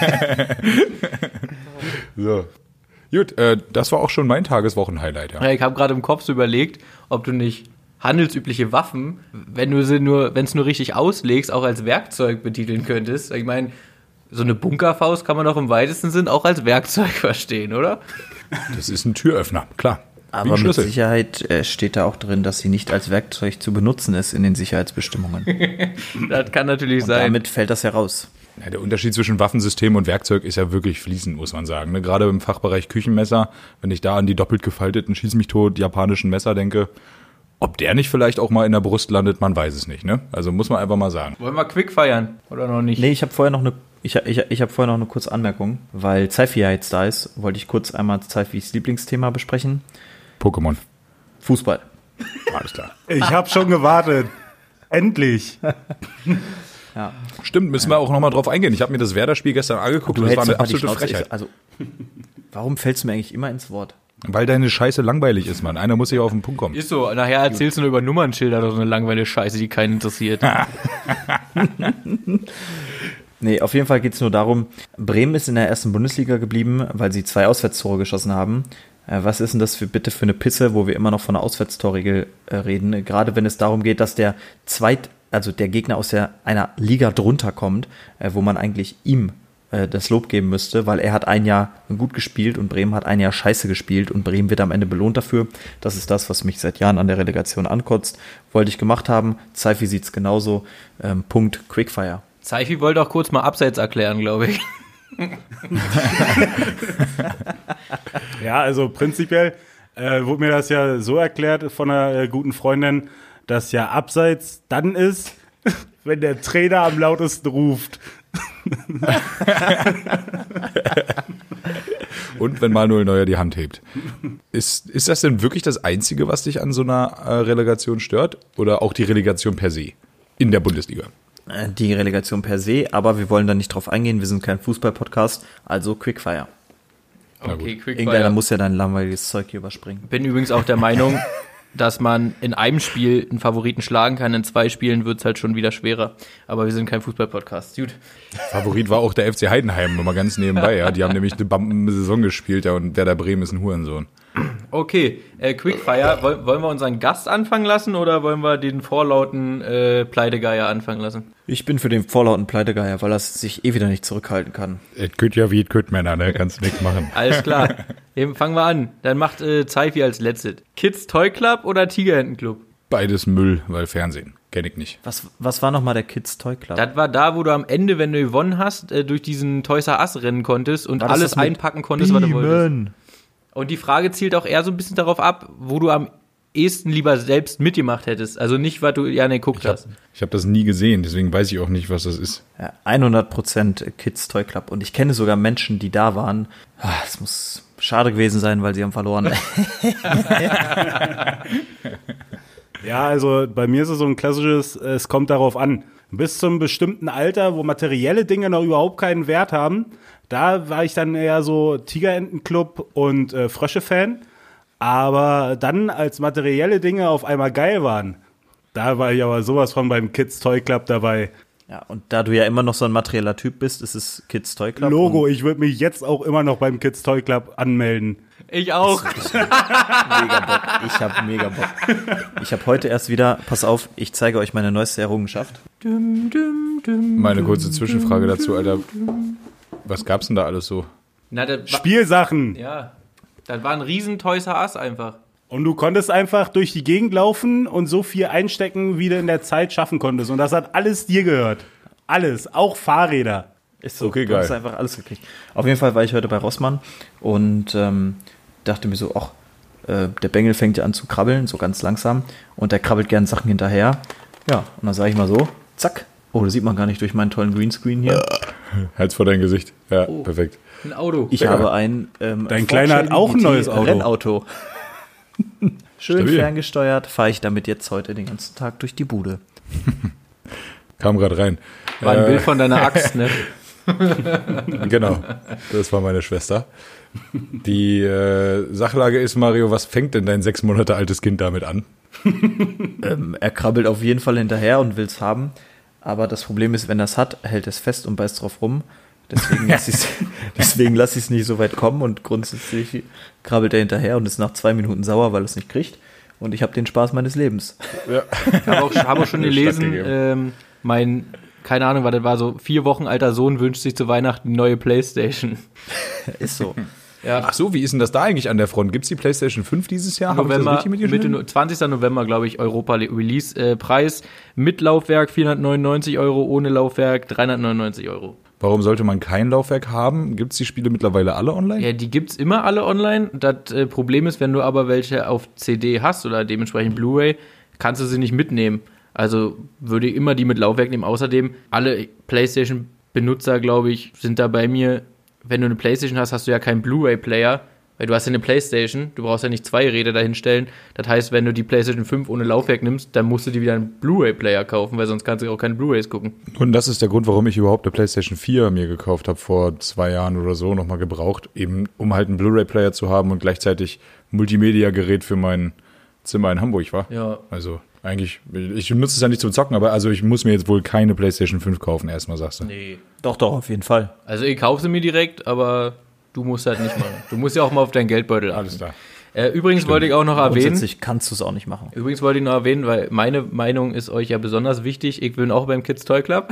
So. Gut, das war auch schon mein Tageswochen-Highlight, ja. Ja, ich habe gerade im Kopf so überlegt, ob du nicht handelsübliche Waffen, wenn es nur richtig auslegst, auch als Werkzeug betiteln könntest. Ich meine, so eine Bunkerfaust kann man doch im weitesten Sinn auch als Werkzeug verstehen, oder? Das ist ein Türöffner, klar. Wie Aber ein mit Schlüssel. Sicherheit steht da auch drin, dass sie nicht als Werkzeug zu benutzen ist in den Sicherheitsbestimmungen. Das kann natürlich Und sein. damit fällt das heraus. Ja, der Unterschied zwischen Waffensystem und Werkzeug ist ja wirklich fließend, muss man sagen. Ne? Gerade im Fachbereich Küchenmesser, wenn ich da an die doppelt gefalteten, schieß mich tot japanischen Messer denke, ob der nicht vielleicht auch mal in der Brust landet, man weiß es nicht. Ne? Also muss man einfach mal sagen. Wollen wir quick feiern oder noch nicht? Nee, ich habe vorher noch eine kurze Anmerkung, weil Zeifi ja jetzt da ist, wollte ich kurz einmal Zeifis Lieblingsthema besprechen. Pokémon. Fußball. Alles klar. Ich habe schon gewartet. Endlich. Ja. Stimmt, müssen wir auch noch mal drauf eingehen. Ich habe mir das Werder-Spiel gestern angeguckt und das war eine absolute Frechheit. Also, warum fällst du mir eigentlich immer ins Wort? Weil deine Scheiße langweilig ist, Mann. Einer muss hier auf den Punkt kommen. Ist so, nachher erzählst du nur über Nummernschilder, doch so eine langweilige Scheiße, die keinen interessiert. Nee, auf jeden Fall geht es nur darum, Bremen ist in der ersten Bundesliga geblieben, weil sie 2 Auswärtstore geschossen haben. Was ist denn das bitte für eine Pisse, wo wir immer noch von einer Auswärtstorregel reden? Gerade wenn es darum geht, dass der Gegner aus einer Liga drunter kommt, wo man eigentlich ihm das Lob geben müsste, weil er hat ein Jahr gut gespielt und Bremen hat ein Jahr scheiße gespielt und Bremen wird am Ende belohnt dafür. Das ist das, was mich seit Jahren an der Relegation ankotzt. Wollte ich gemacht haben. Zeifi sieht's genauso. Punkt Quickfire. Zeifi wollte auch kurz mal Abseits erklären, glaube ich. Ja, also prinzipiell wurde mir das ja so erklärt von einer guten Freundin, dass ja Abseits dann ist, wenn der Trainer am lautesten ruft. Und wenn Manuel Neuer die Hand hebt. Ist das denn wirklich das Einzige, was dich an so einer Relegation stört? Oder auch die Relegation per se in der Bundesliga? Die Relegation per se, aber wir wollen da nicht drauf eingehen. Wir sind kein Fußball-Podcast, also Quickfire. Okay, Irgendeiner Quickfire. muss ja dein langweiliges Zeug hier überspringen. Bin übrigens auch der Meinung, dass man in einem Spiel einen Favoriten schlagen kann, in 2 Spielen wird es halt schon wieder schwerer. Aber wir sind kein Fußball-Podcast. Gut. Favorit war auch der FC Heidenheim, nur mal ganz nebenbei. Ja. Die haben nämlich eine Saison gespielt, ja, und Werder Bremen ist ein Hurensohn. Okay, Quickfire. Wollen wir unseren Gast anfangen lassen oder wollen wir den vorlauten Pleitegeier anfangen lassen? Ich bin für den vorlauten Pleitegeier, weil er sich wieder nicht zurückhalten kann. Es könnt ja wie es könnt, Männer, ne? Kannst nichts machen. Alles klar. Eben fangen wir an. Dann macht Zeifi als letztes. Kids Toy Club oder Tigerenten-Club? Beides Müll, weil Fernsehen. Kenn ich nicht. Was war nochmal der Kids Toy Club? Das war da, wo du am Ende, wenn du gewonnen hast, durch diesen Toys R Us rennen konntest und War das alles das mit einpacken konntest, was du wolltest. Beamen? Und die Frage zielt auch eher so ein bisschen darauf ab, wo du am ehesten lieber selbst mitgemacht hättest. Also nicht, was du gerne geguckt hast. Ich hab das nie gesehen, deswegen weiß ich auch nicht, was das ist. Ja, 100% Kids Toy Club. Und ich kenne sogar Menschen, die da waren. Es muss schade gewesen sein, weil sie haben verloren. Ja, also bei mir ist es so ein klassisches, es kommt darauf an. Bis zum bestimmten Alter, wo materielle Dinge noch überhaupt keinen Wert haben, da war ich dann eher so Tigerentenclub und Frösche-Fan. Aber dann, als materielle Dinge auf einmal geil waren, da war ich aber sowas von beim Kids Toy Club dabei. Ja, und da du ja immer noch so ein materieller Typ bist, ist es Kids Toy Club. Logo, ich würde mich jetzt auch immer noch beim Kids Toy Club anmelden. Ich auch. Mega Bock. Ich habe mega Bock. Ich habe heute erst wieder, pass auf, ich zeige euch meine neueste Errungenschaft. Meine kurze Zwischenfrage dazu, Alter. Was gab's denn da alles so? Na, das war, Spielsachen. ja, das war ein riesen Toys R Us einfach. Und du konntest einfach durch die Gegend laufen und so viel einstecken, wie du in der Zeit schaffen konntest. Und das hat alles dir gehört. Alles, auch Fahrräder. Ist so, Okay, du hast geil. einfach alles gekriegt. Auf jeden Fall war ich heute bei Rossmann und dachte mir so, ach, der Bengel fängt ja an zu krabbeln, so ganz langsam. Und der krabbelt gern Sachen hinterher. Ja, und dann sage ich mal so, zack. Oh, das sieht man gar nicht durch meinen tollen Greenscreen hier. Halt's vor dein Gesicht. Ja, perfekt. Ein Auto. Ich habe ein Dein Kleiner hat auch ein neues Auto. Rennauto. Schön Stabil. ferngesteuert, fahre ich damit jetzt heute den ganzen Tag durch die Bude. Kam gerade rein. War ein Bild von deiner Axt, ne? Genau, das war meine Schwester. Die Sachlage ist, Mario, was fängt denn dein 6 Monate altes Kind damit an? Er krabbelt auf jeden Fall hinterher und will es haben. Aber das Problem ist, wenn er es hat, hält es fest und beißt drauf rum. Deswegen lasse ich es nicht so weit kommen und grundsätzlich krabbelt er hinterher und ist nach 2 Minuten sauer, weil er es nicht kriegt. Und ich habe den Spaß meines Lebens. Ja. Ich habe auch schon gelesen, Stattgegeben. keine Ahnung, das war so 4 Wochen alter Sohn wünscht sich zu Weihnachten eine neue Playstation. Ist so. Ja, Ach so, wie ist denn das da eigentlich an der Front? Gibt's die PlayStation 5 dieses Jahr? Hab ich das November, richtig mitgeschnitten? 20. November, glaube ich, Europa Release. Preis mit Laufwerk 499 €, ohne Laufwerk 399 €. Warum sollte man kein Laufwerk haben? Gibt's die Spiele mittlerweile alle online? Ja, die gibt's immer alle online. Das Problem ist, wenn du aber welche auf CD hast oder dementsprechend Blu-ray, kannst du sie nicht mitnehmen. Also würde ich immer die mit Laufwerk nehmen. Außerdem, alle PlayStation-Benutzer, glaube ich, sind da bei mir. Wenn du eine PlayStation hast, hast du ja keinen Blu-ray-Player, weil du hast ja eine PlayStation. Du brauchst ja nicht 2 Räder dahinstellen. Das heißt, wenn du die PlayStation 5 ohne Laufwerk nimmst, dann musst du dir wieder einen Blu-ray-Player kaufen, weil sonst kannst du auch keine Blu-rays gucken. Und das ist der Grund, warum ich überhaupt eine PlayStation 4 mir gekauft habe, vor 2 Jahren oder so, nochmal gebraucht, eben um halt einen Blu-ray-Player zu haben und gleichzeitig Multimedia-Gerät für mein Zimmer in Hamburg, war. Ja. Also eigentlich, ich nutze es ja nicht zum Zocken, aber also ich muss mir jetzt wohl keine PlayStation 5 kaufen, erstmal sagst du. Nee. Doch, auf jeden Fall. Also ich kaufe sie mir direkt, aber du musst halt nicht machen. Du musst ja auch mal auf deinen Geldbeutel achten. Alles klar. Übrigens wollte ich auch noch erwähnen, Grundsätzlich kannst du es auch nicht machen. weil meine Meinung ist euch ja besonders wichtig. Ich bin auch beim Kids Toy Club.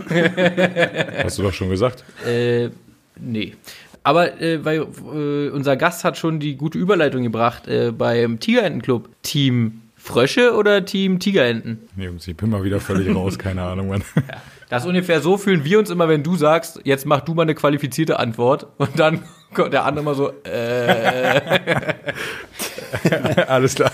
Hast du doch schon gesagt. Nee. Aber weil unser Gast hat schon die gute Überleitung gebracht beim Tigerentenclub. Team Frösche oder Team Tigerenten? Nee, Jungs, ich bin mal wieder völlig raus, keine Ahnung, Mann. Das ungefähr so fühlen wir uns immer, wenn du sagst, jetzt mach du mal eine qualifizierte Antwort. Und dann kommt der andere immer so, Alles klar.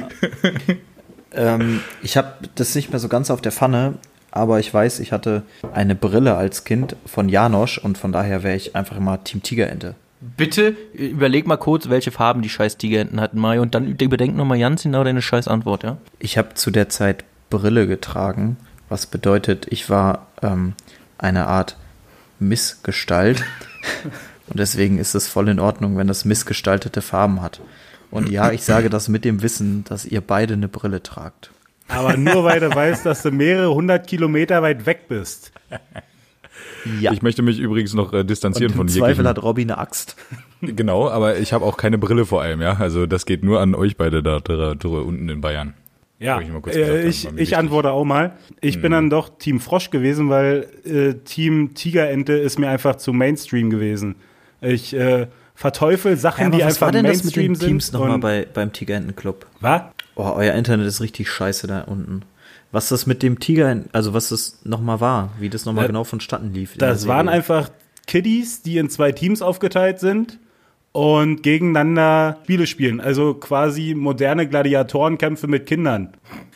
Ich habe das nicht mehr so ganz auf der Pfanne, aber ich weiß, ich hatte eine Brille als Kind von Janosch und von daher wäre ich einfach immer Team Tigerente. bitte überleg mal kurz, welche Farben die scheiß Tigerenten hatten, Mario. Und dann überdenk nochmal ganz genau deine scheiß Antwort, ja? Ich habe zu der Zeit Brille getragen, was bedeutet, ich war eine Art Missgestalt und deswegen ist es voll in Ordnung, wenn das missgestaltete Farben hat. Und ja, ich sage das mit dem Wissen, dass ihr beide eine Brille tragt. Aber nur weil du weißt, dass du mehrere 100 Kilometer weit weg bist. Ja, Ich möchte mich übrigens noch distanzieren und von im Zweifel jeglichen. hat Robby eine Axt. Genau, aber ich habe auch keine Brille vor allem, ja. Also das geht nur an euch beide da unten in Bayern. Ja, Wollte ich mal kurz gesagt haben, war mir ich wichtig. antworte auch mal. Ich bin dann doch Team Frosch gewesen, weil Team Tigerente ist mir einfach zu Mainstream gewesen. Ich verteufel Sachen, die was einfach war denn das mit Mainstream den Teams sind. nochmal beim Tigerentenclub? Was? Oh, euer Internet ist richtig scheiße da unten. Was das mit dem Tiger, also was das nochmal war, wie das nochmal genau vonstatten lief. in der Das waren Serie. einfach Kiddies, die in 2 Teams aufgeteilt sind und gegeneinander Spiele spielen. Also quasi moderne Gladiatorenkämpfe mit Kindern.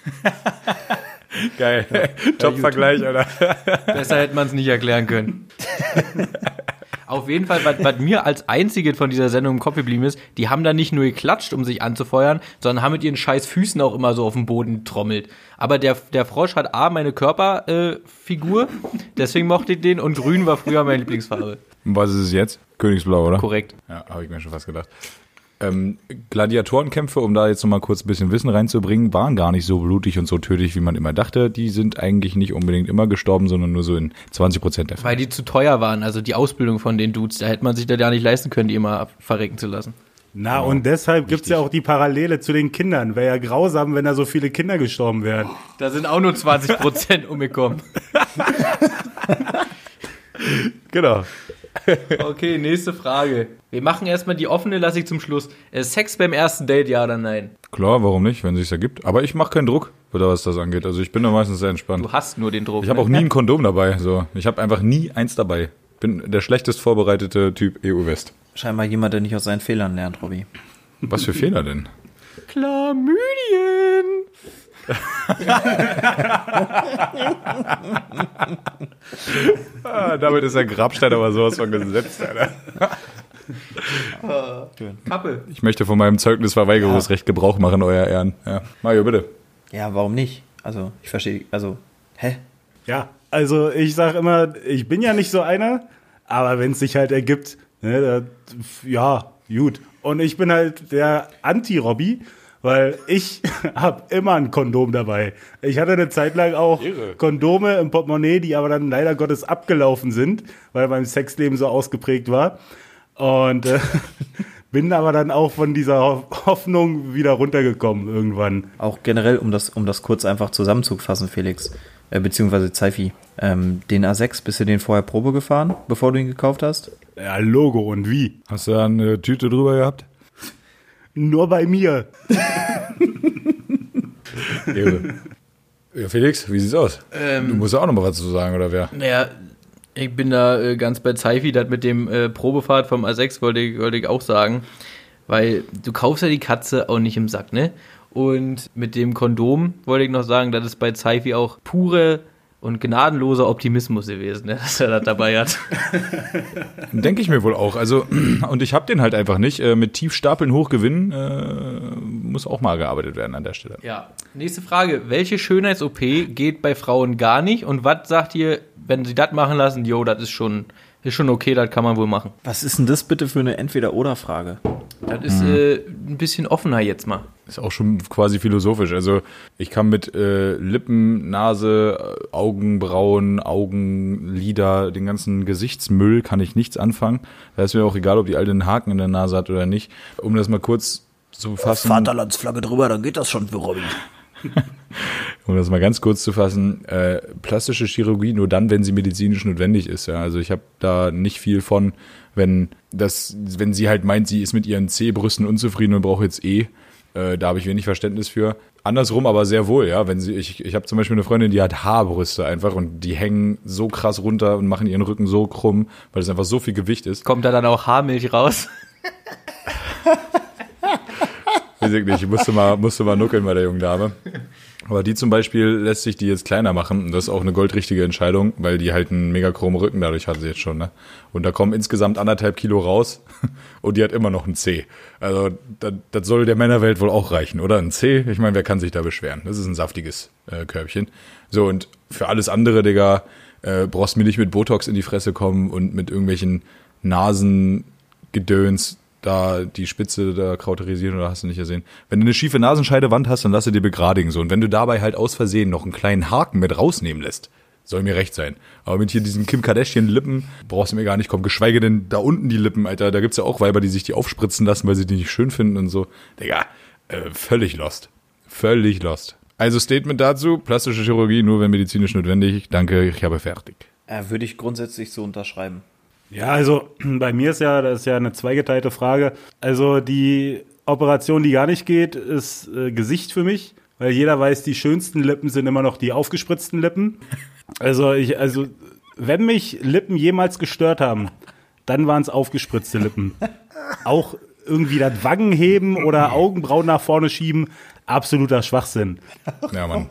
Geil. Top-Vergleich, Alter. Besser hätte man es nicht erklären können. Auf jeden Fall, was mir als Einzige von dieser Sendung im Kopf geblieben ist, die haben da nicht nur geklatscht, um sich anzufeuern, sondern haben mit ihren scheiß Füßen auch immer so auf den Boden getrommelt. Aber der Frosch hat meine Körperfigur, deswegen mochte ich den, und grün war früher meine Lieblingsfarbe. Was ist es jetzt? Königsblau, oder? Korrekt. Ja, habe ich mir schon fast gedacht. Gladiatorenkämpfe, um da jetzt nochmal kurz ein bisschen Wissen reinzubringen, waren gar nicht so blutig und so tödlich, wie man immer dachte. Die sind eigentlich nicht unbedingt immer gestorben, sondern nur so in 20% der Fälle. Weil die zu teuer waren, also die Ausbildung von den Dudes, da hätte man sich das ja nicht leisten können, die immer verrecken zu lassen. Na, und deshalb gibt's ja auch die Parallele zu den Kindern. Wäre ja grausam, wenn da so viele Kinder gestorben wären. Da sind auch nur 20% umgekommen. Genau. Okay, nächste Frage. Wir machen erstmal die offene, lasse ich zum Schluss. Sex beim ersten Date, ja oder nein? Klar, warum nicht, wenn es sich ergibt. Aber ich mache keinen Druck, oder was das angeht. Also ich bin da meistens sehr entspannt. Du hast nur den Druck. Ich habe auch nie ein Kondom dabei. So. Ich habe einfach nie eins dabei. Bin der schlechtest vorbereitete Typ EU-West. Scheinbar jemand, der nicht aus seinen Fehlern lernt, Robby. Was für Fehler denn? Chlamydien. Damit ist der Grabstein aber sowas von gesetzt, Alter. Kappe. Ich möchte von meinem Zeugnisverweigerungsrecht Gebrauch machen, euer Ehren. Ja. Mario, bitte. Ja, warum nicht? Also, ich verstehe, hä? Ja, also ich sag immer, ich bin ja nicht so einer, aber wenn es sich halt ergibt, ne, ja, gut. Und ich bin halt der Anti-Robby, weil ich habe immer ein Kondom dabei. Ich hatte eine Zeit lang auch Kondome im Portemonnaie, die aber dann leider Gottes abgelaufen sind, weil mein Sexleben so ausgeprägt war. Und bin aber dann auch von dieser Hoffnung wieder runtergekommen irgendwann. Auch generell, um das kurz einfach zusammenzufassen, Felix, beziehungsweise Zeifi, den A6, bist du den vorher Probe gefahren, bevor du ihn gekauft hast? Ja, Logo und wie? Hast du da eine Tüte drüber gehabt? Nur bei mir. Ja, Felix, wie sieht's aus? Du musst ja auch noch mal was zu sagen, oder wer? Naja, ich bin da ganz bei Zeifi, das mit dem Probefahrt vom A6 wollte ich auch sagen, weil du kaufst ja die Katze auch nicht im Sack, ne? Und mit dem Kondom wollte ich noch sagen, das ist bei Zeifi auch pure und gnadenloser Optimismus gewesen, ne, dass er das dabei hat. Denke ich mir wohl auch. Also, und ich habe den halt einfach nicht. Mit Tiefstapeln hochgewinnen muss auch mal gearbeitet werden an der Stelle. Ja. Nächste Frage. Welche Schönheits-OP geht bei Frauen gar nicht? Und was sagt ihr, wenn sie das machen lassen? Jo, das ist schon okay, das kann man wohl machen. Was ist denn das bitte für eine Entweder-Oder-Frage? Das ist ein bisschen offener jetzt mal. Ist auch schon quasi philosophisch. Also ich kann mit Lippen, Nase, Augenbrauen, Augenlider, den ganzen Gesichtsmüll kann ich nichts anfangen. Da ist mir auch egal, ob die Alte einen Haken in der Nase hat oder nicht. Um das mal kurz zu fassen. Vaterlandsflagge drüber, dann geht das schon für Robby. Um das mal ganz kurz zu fassen, plastische Chirurgie nur dann, wenn sie medizinisch notwendig ist. Ja? Also ich habe da nicht viel von, wenn sie halt meint, sie ist mit ihren C-Brüsten unzufrieden und braucht jetzt E. Da habe ich wenig Verständnis für. Andersrum aber sehr wohl, ja. Ich habe zum Beispiel eine Freundin, die hat Haarbrüste einfach und die hängen so krass runter und machen ihren Rücken so krumm, weil es einfach so viel Gewicht ist. Kommt da dann auch Haarmilch raus? Weiß ich nicht, ich musste mal nuckeln bei der jungen Dame. Aber die zum Beispiel lässt sich die jetzt kleiner machen und das ist auch eine goldrichtige Entscheidung, weil die halt einen mega chrome Rücken dadurch hat sie jetzt schon, ne? Und da kommen insgesamt 1,5 Kilo raus und die hat immer noch ein C. Also das soll der Männerwelt wohl auch reichen, oder? Ein C, ich meine, wer kann sich da beschweren? Das ist ein saftiges Körbchen. So, und für alles andere, Digga, brauchst mir nicht mit Botox in die Fresse kommen und mit irgendwelchen Nasengedöns da die Spitze da krauterisieren oder hast du nicht gesehen. Wenn du eine schiefe Nasenscheidewand hast, dann lass sie dir begradigen so. Und wenn du dabei halt aus Versehen noch einen kleinen Haken mit rausnehmen lässt, soll mir recht sein. Aber mit hier diesen Kim Kardashian-Lippen brauchst du mir gar nicht kommen. Geschweige denn da unten die Lippen, Alter. Da gibt's ja auch Weiber, die sich die aufspritzen lassen, weil sie die nicht schön finden und so. Digga, völlig lost. Völlig lost. Also Statement dazu, plastische Chirurgie nur wenn medizinisch notwendig. Danke, ich habe fertig. Würde ich grundsätzlich so unterschreiben. Ja, also bei mir das ist ja eine zweigeteilte Frage. Also die Operation, die gar nicht geht, ist Gesicht für mich, weil jeder weiß, die schönsten Lippen sind immer noch die aufgespritzten Lippen. Also wenn mich Lippen jemals gestört haben, dann waren es aufgespritzte Lippen. Auch irgendwie das Wangenheben oder Augenbrauen nach vorne schieben, absoluter Schwachsinn. Ja, Mann.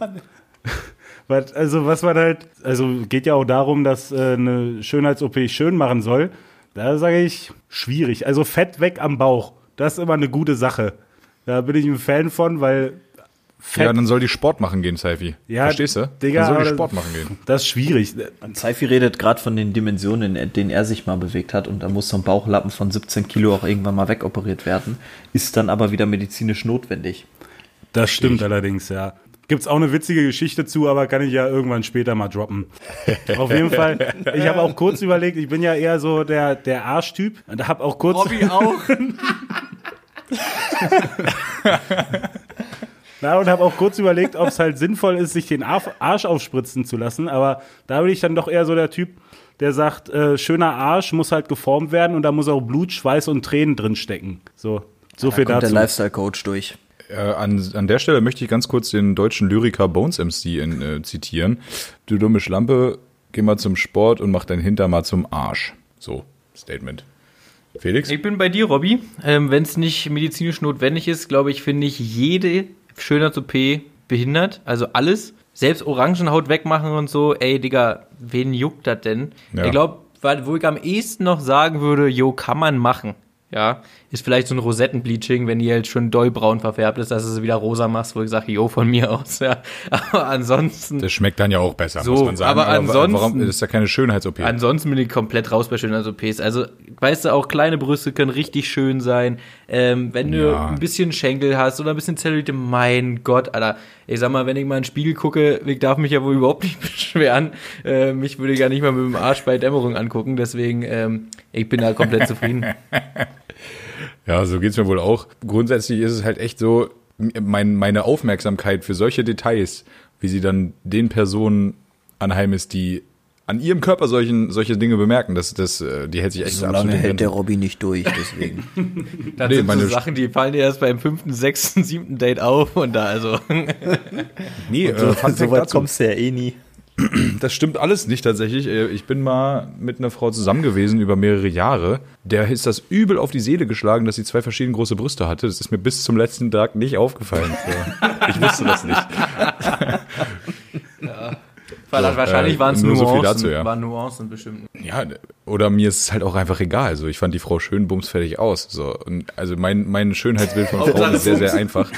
Was man halt, geht ja auch darum, dass eine Schönheits-OP schön machen soll. Da sage ich, schwierig. Also Fett weg am Bauch, das ist immer eine gute Sache. Da bin ich ein Fan von, weil Fett... Ja, dann soll die Sport machen gehen, Seifi. Ja, verstehst du? Digga, dann soll die Sport machen gehen. Das ist schwierig. Seifi redet gerade von den Dimensionen, in denen er sich mal bewegt hat und da muss so ein Bauchlappen von 17 Kilo auch irgendwann mal wegoperiert werden. Ist dann aber wieder medizinisch notwendig. Das stimmt allerdings, ja. Gibt's auch eine witzige Geschichte zu, aber kann ich ja irgendwann später mal droppen. Auf jeden Fall, ich habe auch kurz überlegt, ich bin ja eher so der Arschtyp und habe auch kurz... Robby auch. Und habe auch kurz überlegt, ob es halt sinnvoll ist, sich den Arsch aufspritzen zu lassen, aber da bin ich dann doch eher so der Typ, der sagt, schöner Arsch muss halt geformt werden und da muss auch Blut, Schweiß und Tränen drin stecken. So viel kommt dazu. der Lifestyle-Coach durch. An der Stelle möchte ich ganz kurz den deutschen Lyriker Bones MC zitieren. Du dumme Schlampe, geh mal zum Sport und mach dein Hintern mal zum Arsch. So, Statement. Felix? Ich bin bei dir, Robby. Wenn es nicht medizinisch notwendig ist, glaube ich, finde ich jede Schönheits-OP behindert. Also alles. Selbst Orangenhaut wegmachen und so. Ey, Digga, wen juckt das denn? Ja. Ich glaube, wo ich am ehesten noch sagen würde, jo, kann man machen. Ja, ist vielleicht so ein Rosettenbleaching, wenn die jetzt schon dollbraun verfärbt ist, dass du sie wieder rosa machst, wo ich sage, jo, von mir aus, ja. Aber ansonsten. Das schmeckt dann ja auch besser, so, muss man sagen. aber ansonsten. Warum? Das ist ja keine Schönheits-OP. Ansonsten bin ich komplett raus bei Schönheits-OPs. Also, weißt du, auch kleine Brüste können richtig schön sein. Wenn du ein bisschen Schenkel hast oder ein bisschen Zellulite, mein Gott, Alter. Ich sag mal, wenn ich mal in den Spiegel gucke, ich darf mich ja wohl überhaupt nicht beschweren. Mich würde ich ja nicht mal mit dem Arsch bei Dämmerung angucken, deswegen, ich bin da komplett zufrieden. Ja, so geht's mir wohl auch. Grundsätzlich ist es halt echt so, meine Aufmerksamkeit für solche Details, wie sie dann den Personen anheim ist, die an ihrem Körper solche Dinge bemerken, die hält sich echt So absolut lange in hält Grenzen. der Robby nicht durch, deswegen. Das sind so Sachen, die fallen dir erst beim 5., 6., 7. Date auf und da also. Nee, So Fun Fact weit dazu. kommst du ja eh nie. Das stimmt alles nicht tatsächlich. Ich bin mal mit einer Frau zusammen gewesen über mehrere Jahre. Der ist das übel auf die Seele geschlagen, dass sie 2 verschiedene große Brüste hatte. Das ist mir bis zum letzten Tag nicht aufgefallen. So. Ich wusste das nicht. Ja. Wahrscheinlich waren es nur Nuancen. so viel dazu, ja. Waren Nuancen bestimmt. Ja, oder mir ist es halt auch einfach egal. Also ich fand die Frau schön, bumsfertig aus. So. Und also mein Schönheitsbild von Frauen ist sehr, sehr einfach.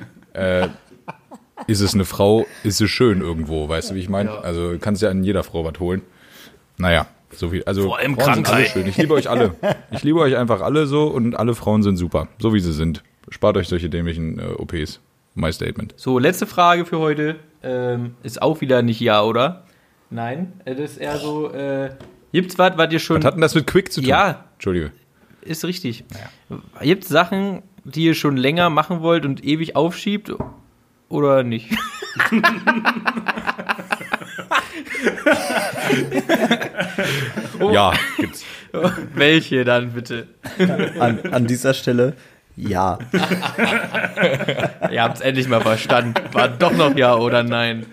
Ist es eine Frau, ist es schön irgendwo, weißt du, wie ich meine? Ja. Also du kannst ja an jeder Frau was holen. Naja, so viel. Also Vor allem Frauen sind alle Krankheit. schön. Ich liebe euch alle. Ich liebe euch einfach alle so und alle Frauen sind super, so wie sie sind. Spart euch solche dämlichen OPs. My Statement. So, letzte Frage für heute. Ist auch wieder nicht ja, oder? Nein, das ist eher so, gibt's was ihr schon... Was hat denn das mit Quick zu tun? Ja. Entschuldige. Ist richtig. Gibt's Sachen, die ihr schon länger machen wollt und ewig aufschiebt oder nicht? Ja, gibt's. Welche dann bitte? An dieser Stelle, ja. Ihr habt's endlich mal verstanden. War doch noch ja oder nein?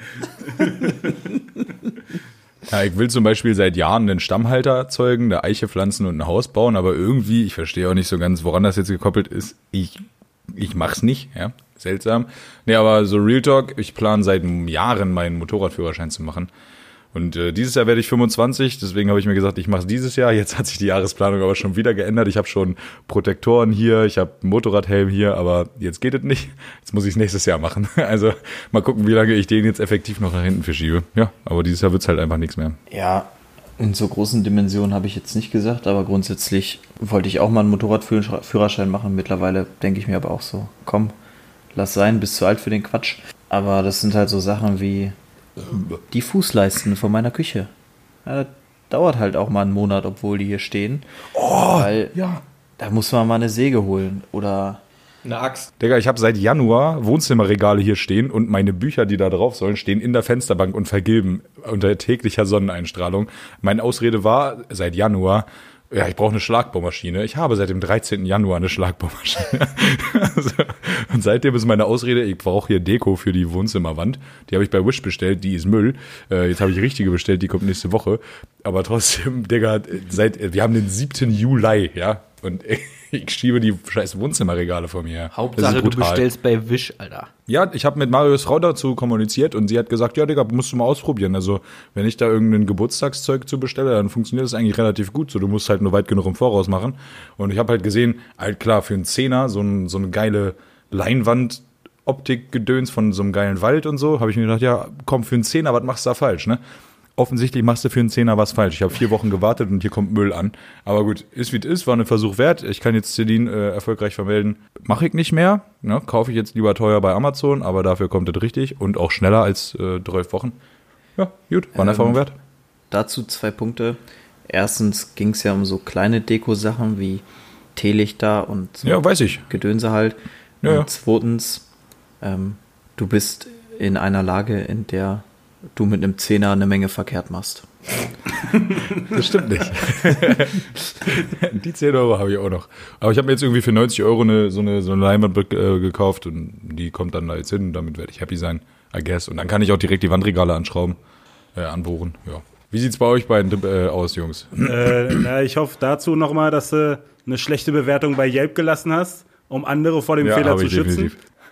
Ja, ich will zum Beispiel seit Jahren einen Stammhalter erzeugen, eine Eiche pflanzen und ein Haus bauen, aber irgendwie, ich verstehe auch nicht so ganz, woran das jetzt gekoppelt ist. Ich mach's nicht, ja. Seltsam. Nee, aber so Real Talk, ich plane seit Jahren meinen Motorradführerschein zu machen. Und dieses Jahr werde ich 25, deswegen habe ich mir gesagt, ich mache es dieses Jahr. Jetzt hat sich die Jahresplanung aber schon wieder geändert. Ich habe schon Protektoren hier, ich habe einen Motorradhelm hier, aber jetzt geht es nicht. Jetzt muss ich es nächstes Jahr machen. Also mal gucken, wie lange ich den jetzt effektiv noch nach hinten verschiebe. Ja, aber dieses Jahr wird es halt einfach nichts mehr. Ja, in so großen Dimensionen habe ich jetzt nicht gesagt, aber grundsätzlich wollte ich auch mal einen Motorradführerschein machen. Mittlerweile denke ich mir aber auch so, komm, lass sein, bist zu alt für den Quatsch. Aber das sind halt so Sachen wie die Fußleisten von meiner Küche. Ja, das dauert halt auch mal einen Monat, obwohl die hier stehen. Weil da muss man mal eine Säge holen oder... Eine Axt. Digga, ich habe seit Januar Wohnzimmerregale hier stehen und meine Bücher, die da drauf sollen, stehen in der Fensterbank und vergilben unter täglicher Sonneneinstrahlung. Meine Ausrede war seit Januar, ja, ich brauche eine Schlagbohrmaschine. Ich habe seit dem 13. Januar eine Schlagbohrmaschine. Und seitdem ist meine Ausrede, ich brauche hier Deko für die Wohnzimmerwand. Die habe ich bei Wish bestellt, die ist Müll. Jetzt habe ich richtige bestellt, die kommt nächste Woche. Aber trotzdem, Digga, wir haben den 7. Juli, ja. Und ich schiebe die scheiß Wohnzimmerregale vor mir her. Hauptsache, du bestellst bei Wish, Alter. Ja, ich habe mit Marios Frau dazu kommuniziert und sie hat gesagt, ja, Digga, musst du mal ausprobieren. Also, wenn ich da irgendein Geburtstagszeug zu bestelle, dann funktioniert das eigentlich relativ gut. So, du musst halt nur weit genug im Voraus machen. Und ich habe halt gesehen, halt klar, für einen Zehner, so eine geile Leinwand-Optik-Gedöns von so einem geilen Wald und so, habe ich mir gedacht, ja, komm, für einen Zehner, was machst du da falsch, ne? Offensichtlich machst du für einen Zehner was falsch. Ich habe 4 Wochen gewartet und hier kommt Müll an. Aber gut, ist wie es ist, war ein Versuch wert. Ich kann jetzt Celine erfolgreich vermelden. Mache ich nicht mehr. Ne? Kaufe ich jetzt lieber teuer bei Amazon, aber dafür kommt es richtig und auch schneller als 12 Wochen. Ja, gut, war eine Erfahrung wert. Dazu 2 Punkte. Erstens ging es ja um so kleine Deko-Sachen wie Teelichter und so Ja, weiß ich. Gedönse halt. Ja, Und zweitens, du bist in einer Lage, in der du mit einem Zehner eine Menge verkehrt machst. Das stimmt nicht. Die 10 Euro habe ich auch noch. Aber ich habe mir jetzt irgendwie für 90 Euro so eine Leinwand gekauft und die kommt dann da jetzt hin und damit werde ich happy sein, I guess. Und dann kann ich auch direkt die Wandregale anbohren. Ja. Wie sieht's bei euch beiden aus, Jungs? Ich hoffe dazu nochmal, dass du eine schlechte Bewertung bei Yelp gelassen hast, um andere vor dem Fehler zu schützen.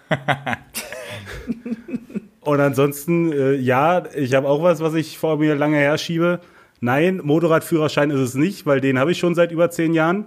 Und ansonsten, ich habe auch was ich vor mir lange herschiebe. Nein, Motorradführerschein ist es nicht, weil den habe ich schon seit über 10 Jahren.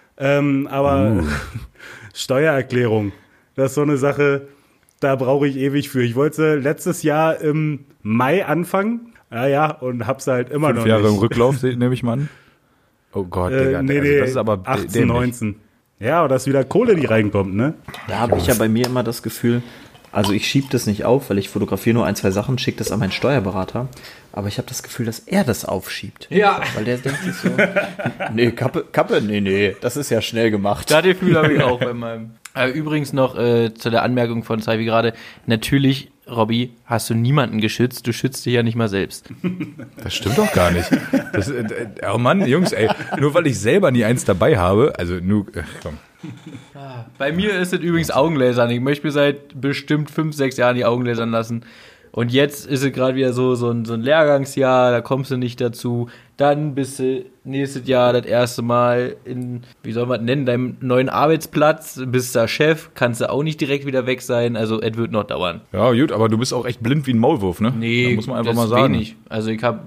Aber Steuererklärung, das ist so eine Sache, da brauche ich ewig für. Ich wollte letztes Jahr im Mai anfangen. Und hab's halt immer 5 noch Jahre nicht. im Rücklauf, nehme ich mal an. Oh Gott, Digga. Nee, das ist aber 18, dämlich. 19. Ja, aber das ist wieder Kohle, die reinkommt, ne? Da habe ich ja bei mir immer das Gefühl, also ich schiebe das nicht auf, weil ich fotografiere nur 1, 2 Sachen, schicke das an meinen Steuerberater, aber ich habe das Gefühl, dass er das aufschiebt. Ja. Weil der denkt sich so, nee, Kappe, nee, das ist ja schnell gemacht. Da Gefühl habe ich auch bei meinem. Übrigens noch zu der Anmerkung von Saivi gerade, natürlich, Robby, hast du niemanden geschützt, du schützt dich ja nicht mal selbst. Das stimmt doch gar nicht. Oh Mann, Jungs, ey, nur weil ich selber nie eins dabei habe, also komm. Bei mir ist es übrigens Augenlasern. Ich möchte mir seit bestimmt 5, 6 Jahren die Augen lasern lassen. Und jetzt ist es gerade wieder so ein Lehrgangsjahr, da kommst du nicht dazu. Dann bist du nächstes Jahr das erste Mal in, wie soll man das nennen, deinem neuen Arbeitsplatz, bist da Chef, kannst du auch nicht direkt wieder weg sein, also es wird noch dauern. Ja, gut, aber du bist auch echt blind wie ein Maulwurf, ne? Nee, da muss man einfach das mal ist sagen. wenig. Also ich habe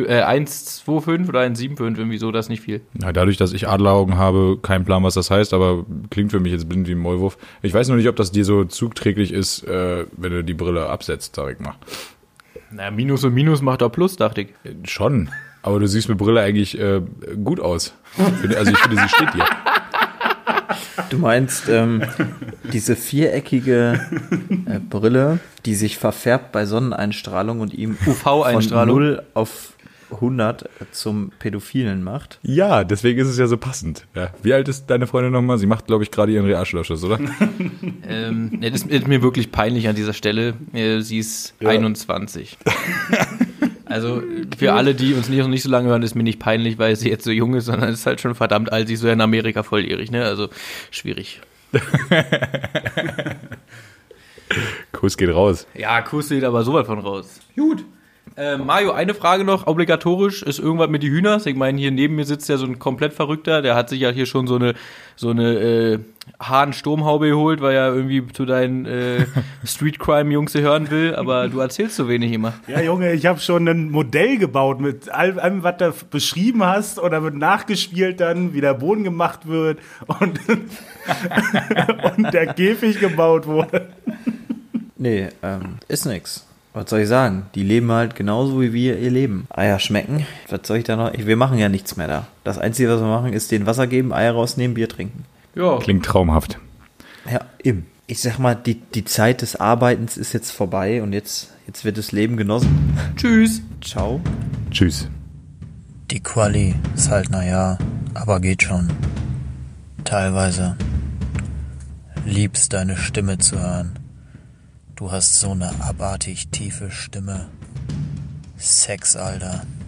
1,25 oder 1,75, irgendwie so, das ist nicht viel. Ja, dadurch, dass ich Adleraugen habe, kein Plan, was das heißt, aber klingt für mich jetzt blind wie ein Maulwurf. Ich weiß nur nicht, ob das dir so zugträglich ist, wenn du die Brille absetzt, sag ich mal. Na, Minus und Minus macht doch Plus, dachte ich. Schon, aber du siehst mit Brille eigentlich gut aus. Also ich finde, sie steht dir. Du meinst diese viereckige Brille, die sich verfärbt bei Sonneneinstrahlung und ihm UV-Einstrahlung. von 0 auf 100 zum Pädophilen macht. Ja, deswegen ist es ja so passend. Ja. Wie alt ist deine Freundin nochmal? Sie macht, glaube ich, gerade ihren Realschulabschluss, oder? Das ist mir wirklich peinlich an dieser Stelle. Sie ist 21. Also für alle, die uns nicht so lange hören, ist mir nicht peinlich, weil sie jetzt so jung ist, sondern es ist halt schon verdammt alt. Sie ist so in Amerika volljährig, ne? Also schwierig. Kuss geht raus. Ja, Kuss geht aber sowas von raus. Gut. Mario, eine Frage noch, obligatorisch, ist irgendwas mit die Hühners? Ich meine, hier neben mir sitzt ja so ein komplett Verrückter, der hat sich ja hier schon so eine Hahn-Sturmhaube geholt, weil er irgendwie zu deinen Street-Crime-Jungs hören will, aber du erzählst so wenig immer. Ja, Junge, ich habe schon ein Modell gebaut mit allem, was du beschrieben hast, und da wird nachgespielt dann, wie der Boden gemacht wird und, und der Käfig gebaut wurde. Nee, ist nix. Was soll ich sagen? Die leben halt genauso wie wir ihr Leben. Eier schmecken. Was soll ich da noch? Wir machen ja nichts mehr da. Das Einzige, was wir machen, ist denen Wasser geben, Eier rausnehmen, Bier trinken. Ja. Klingt traumhaft. Ja, eben. Ich sag mal, die Zeit des Arbeitens ist jetzt vorbei und jetzt wird das Leben genossen. Tschüss. Ciao. Tschüss. Die Quali ist halt naja, aber geht schon. Teilweise. Liebst deine Stimme zu hören. Du hast so eine abartig tiefe Stimme. Sex, Alter.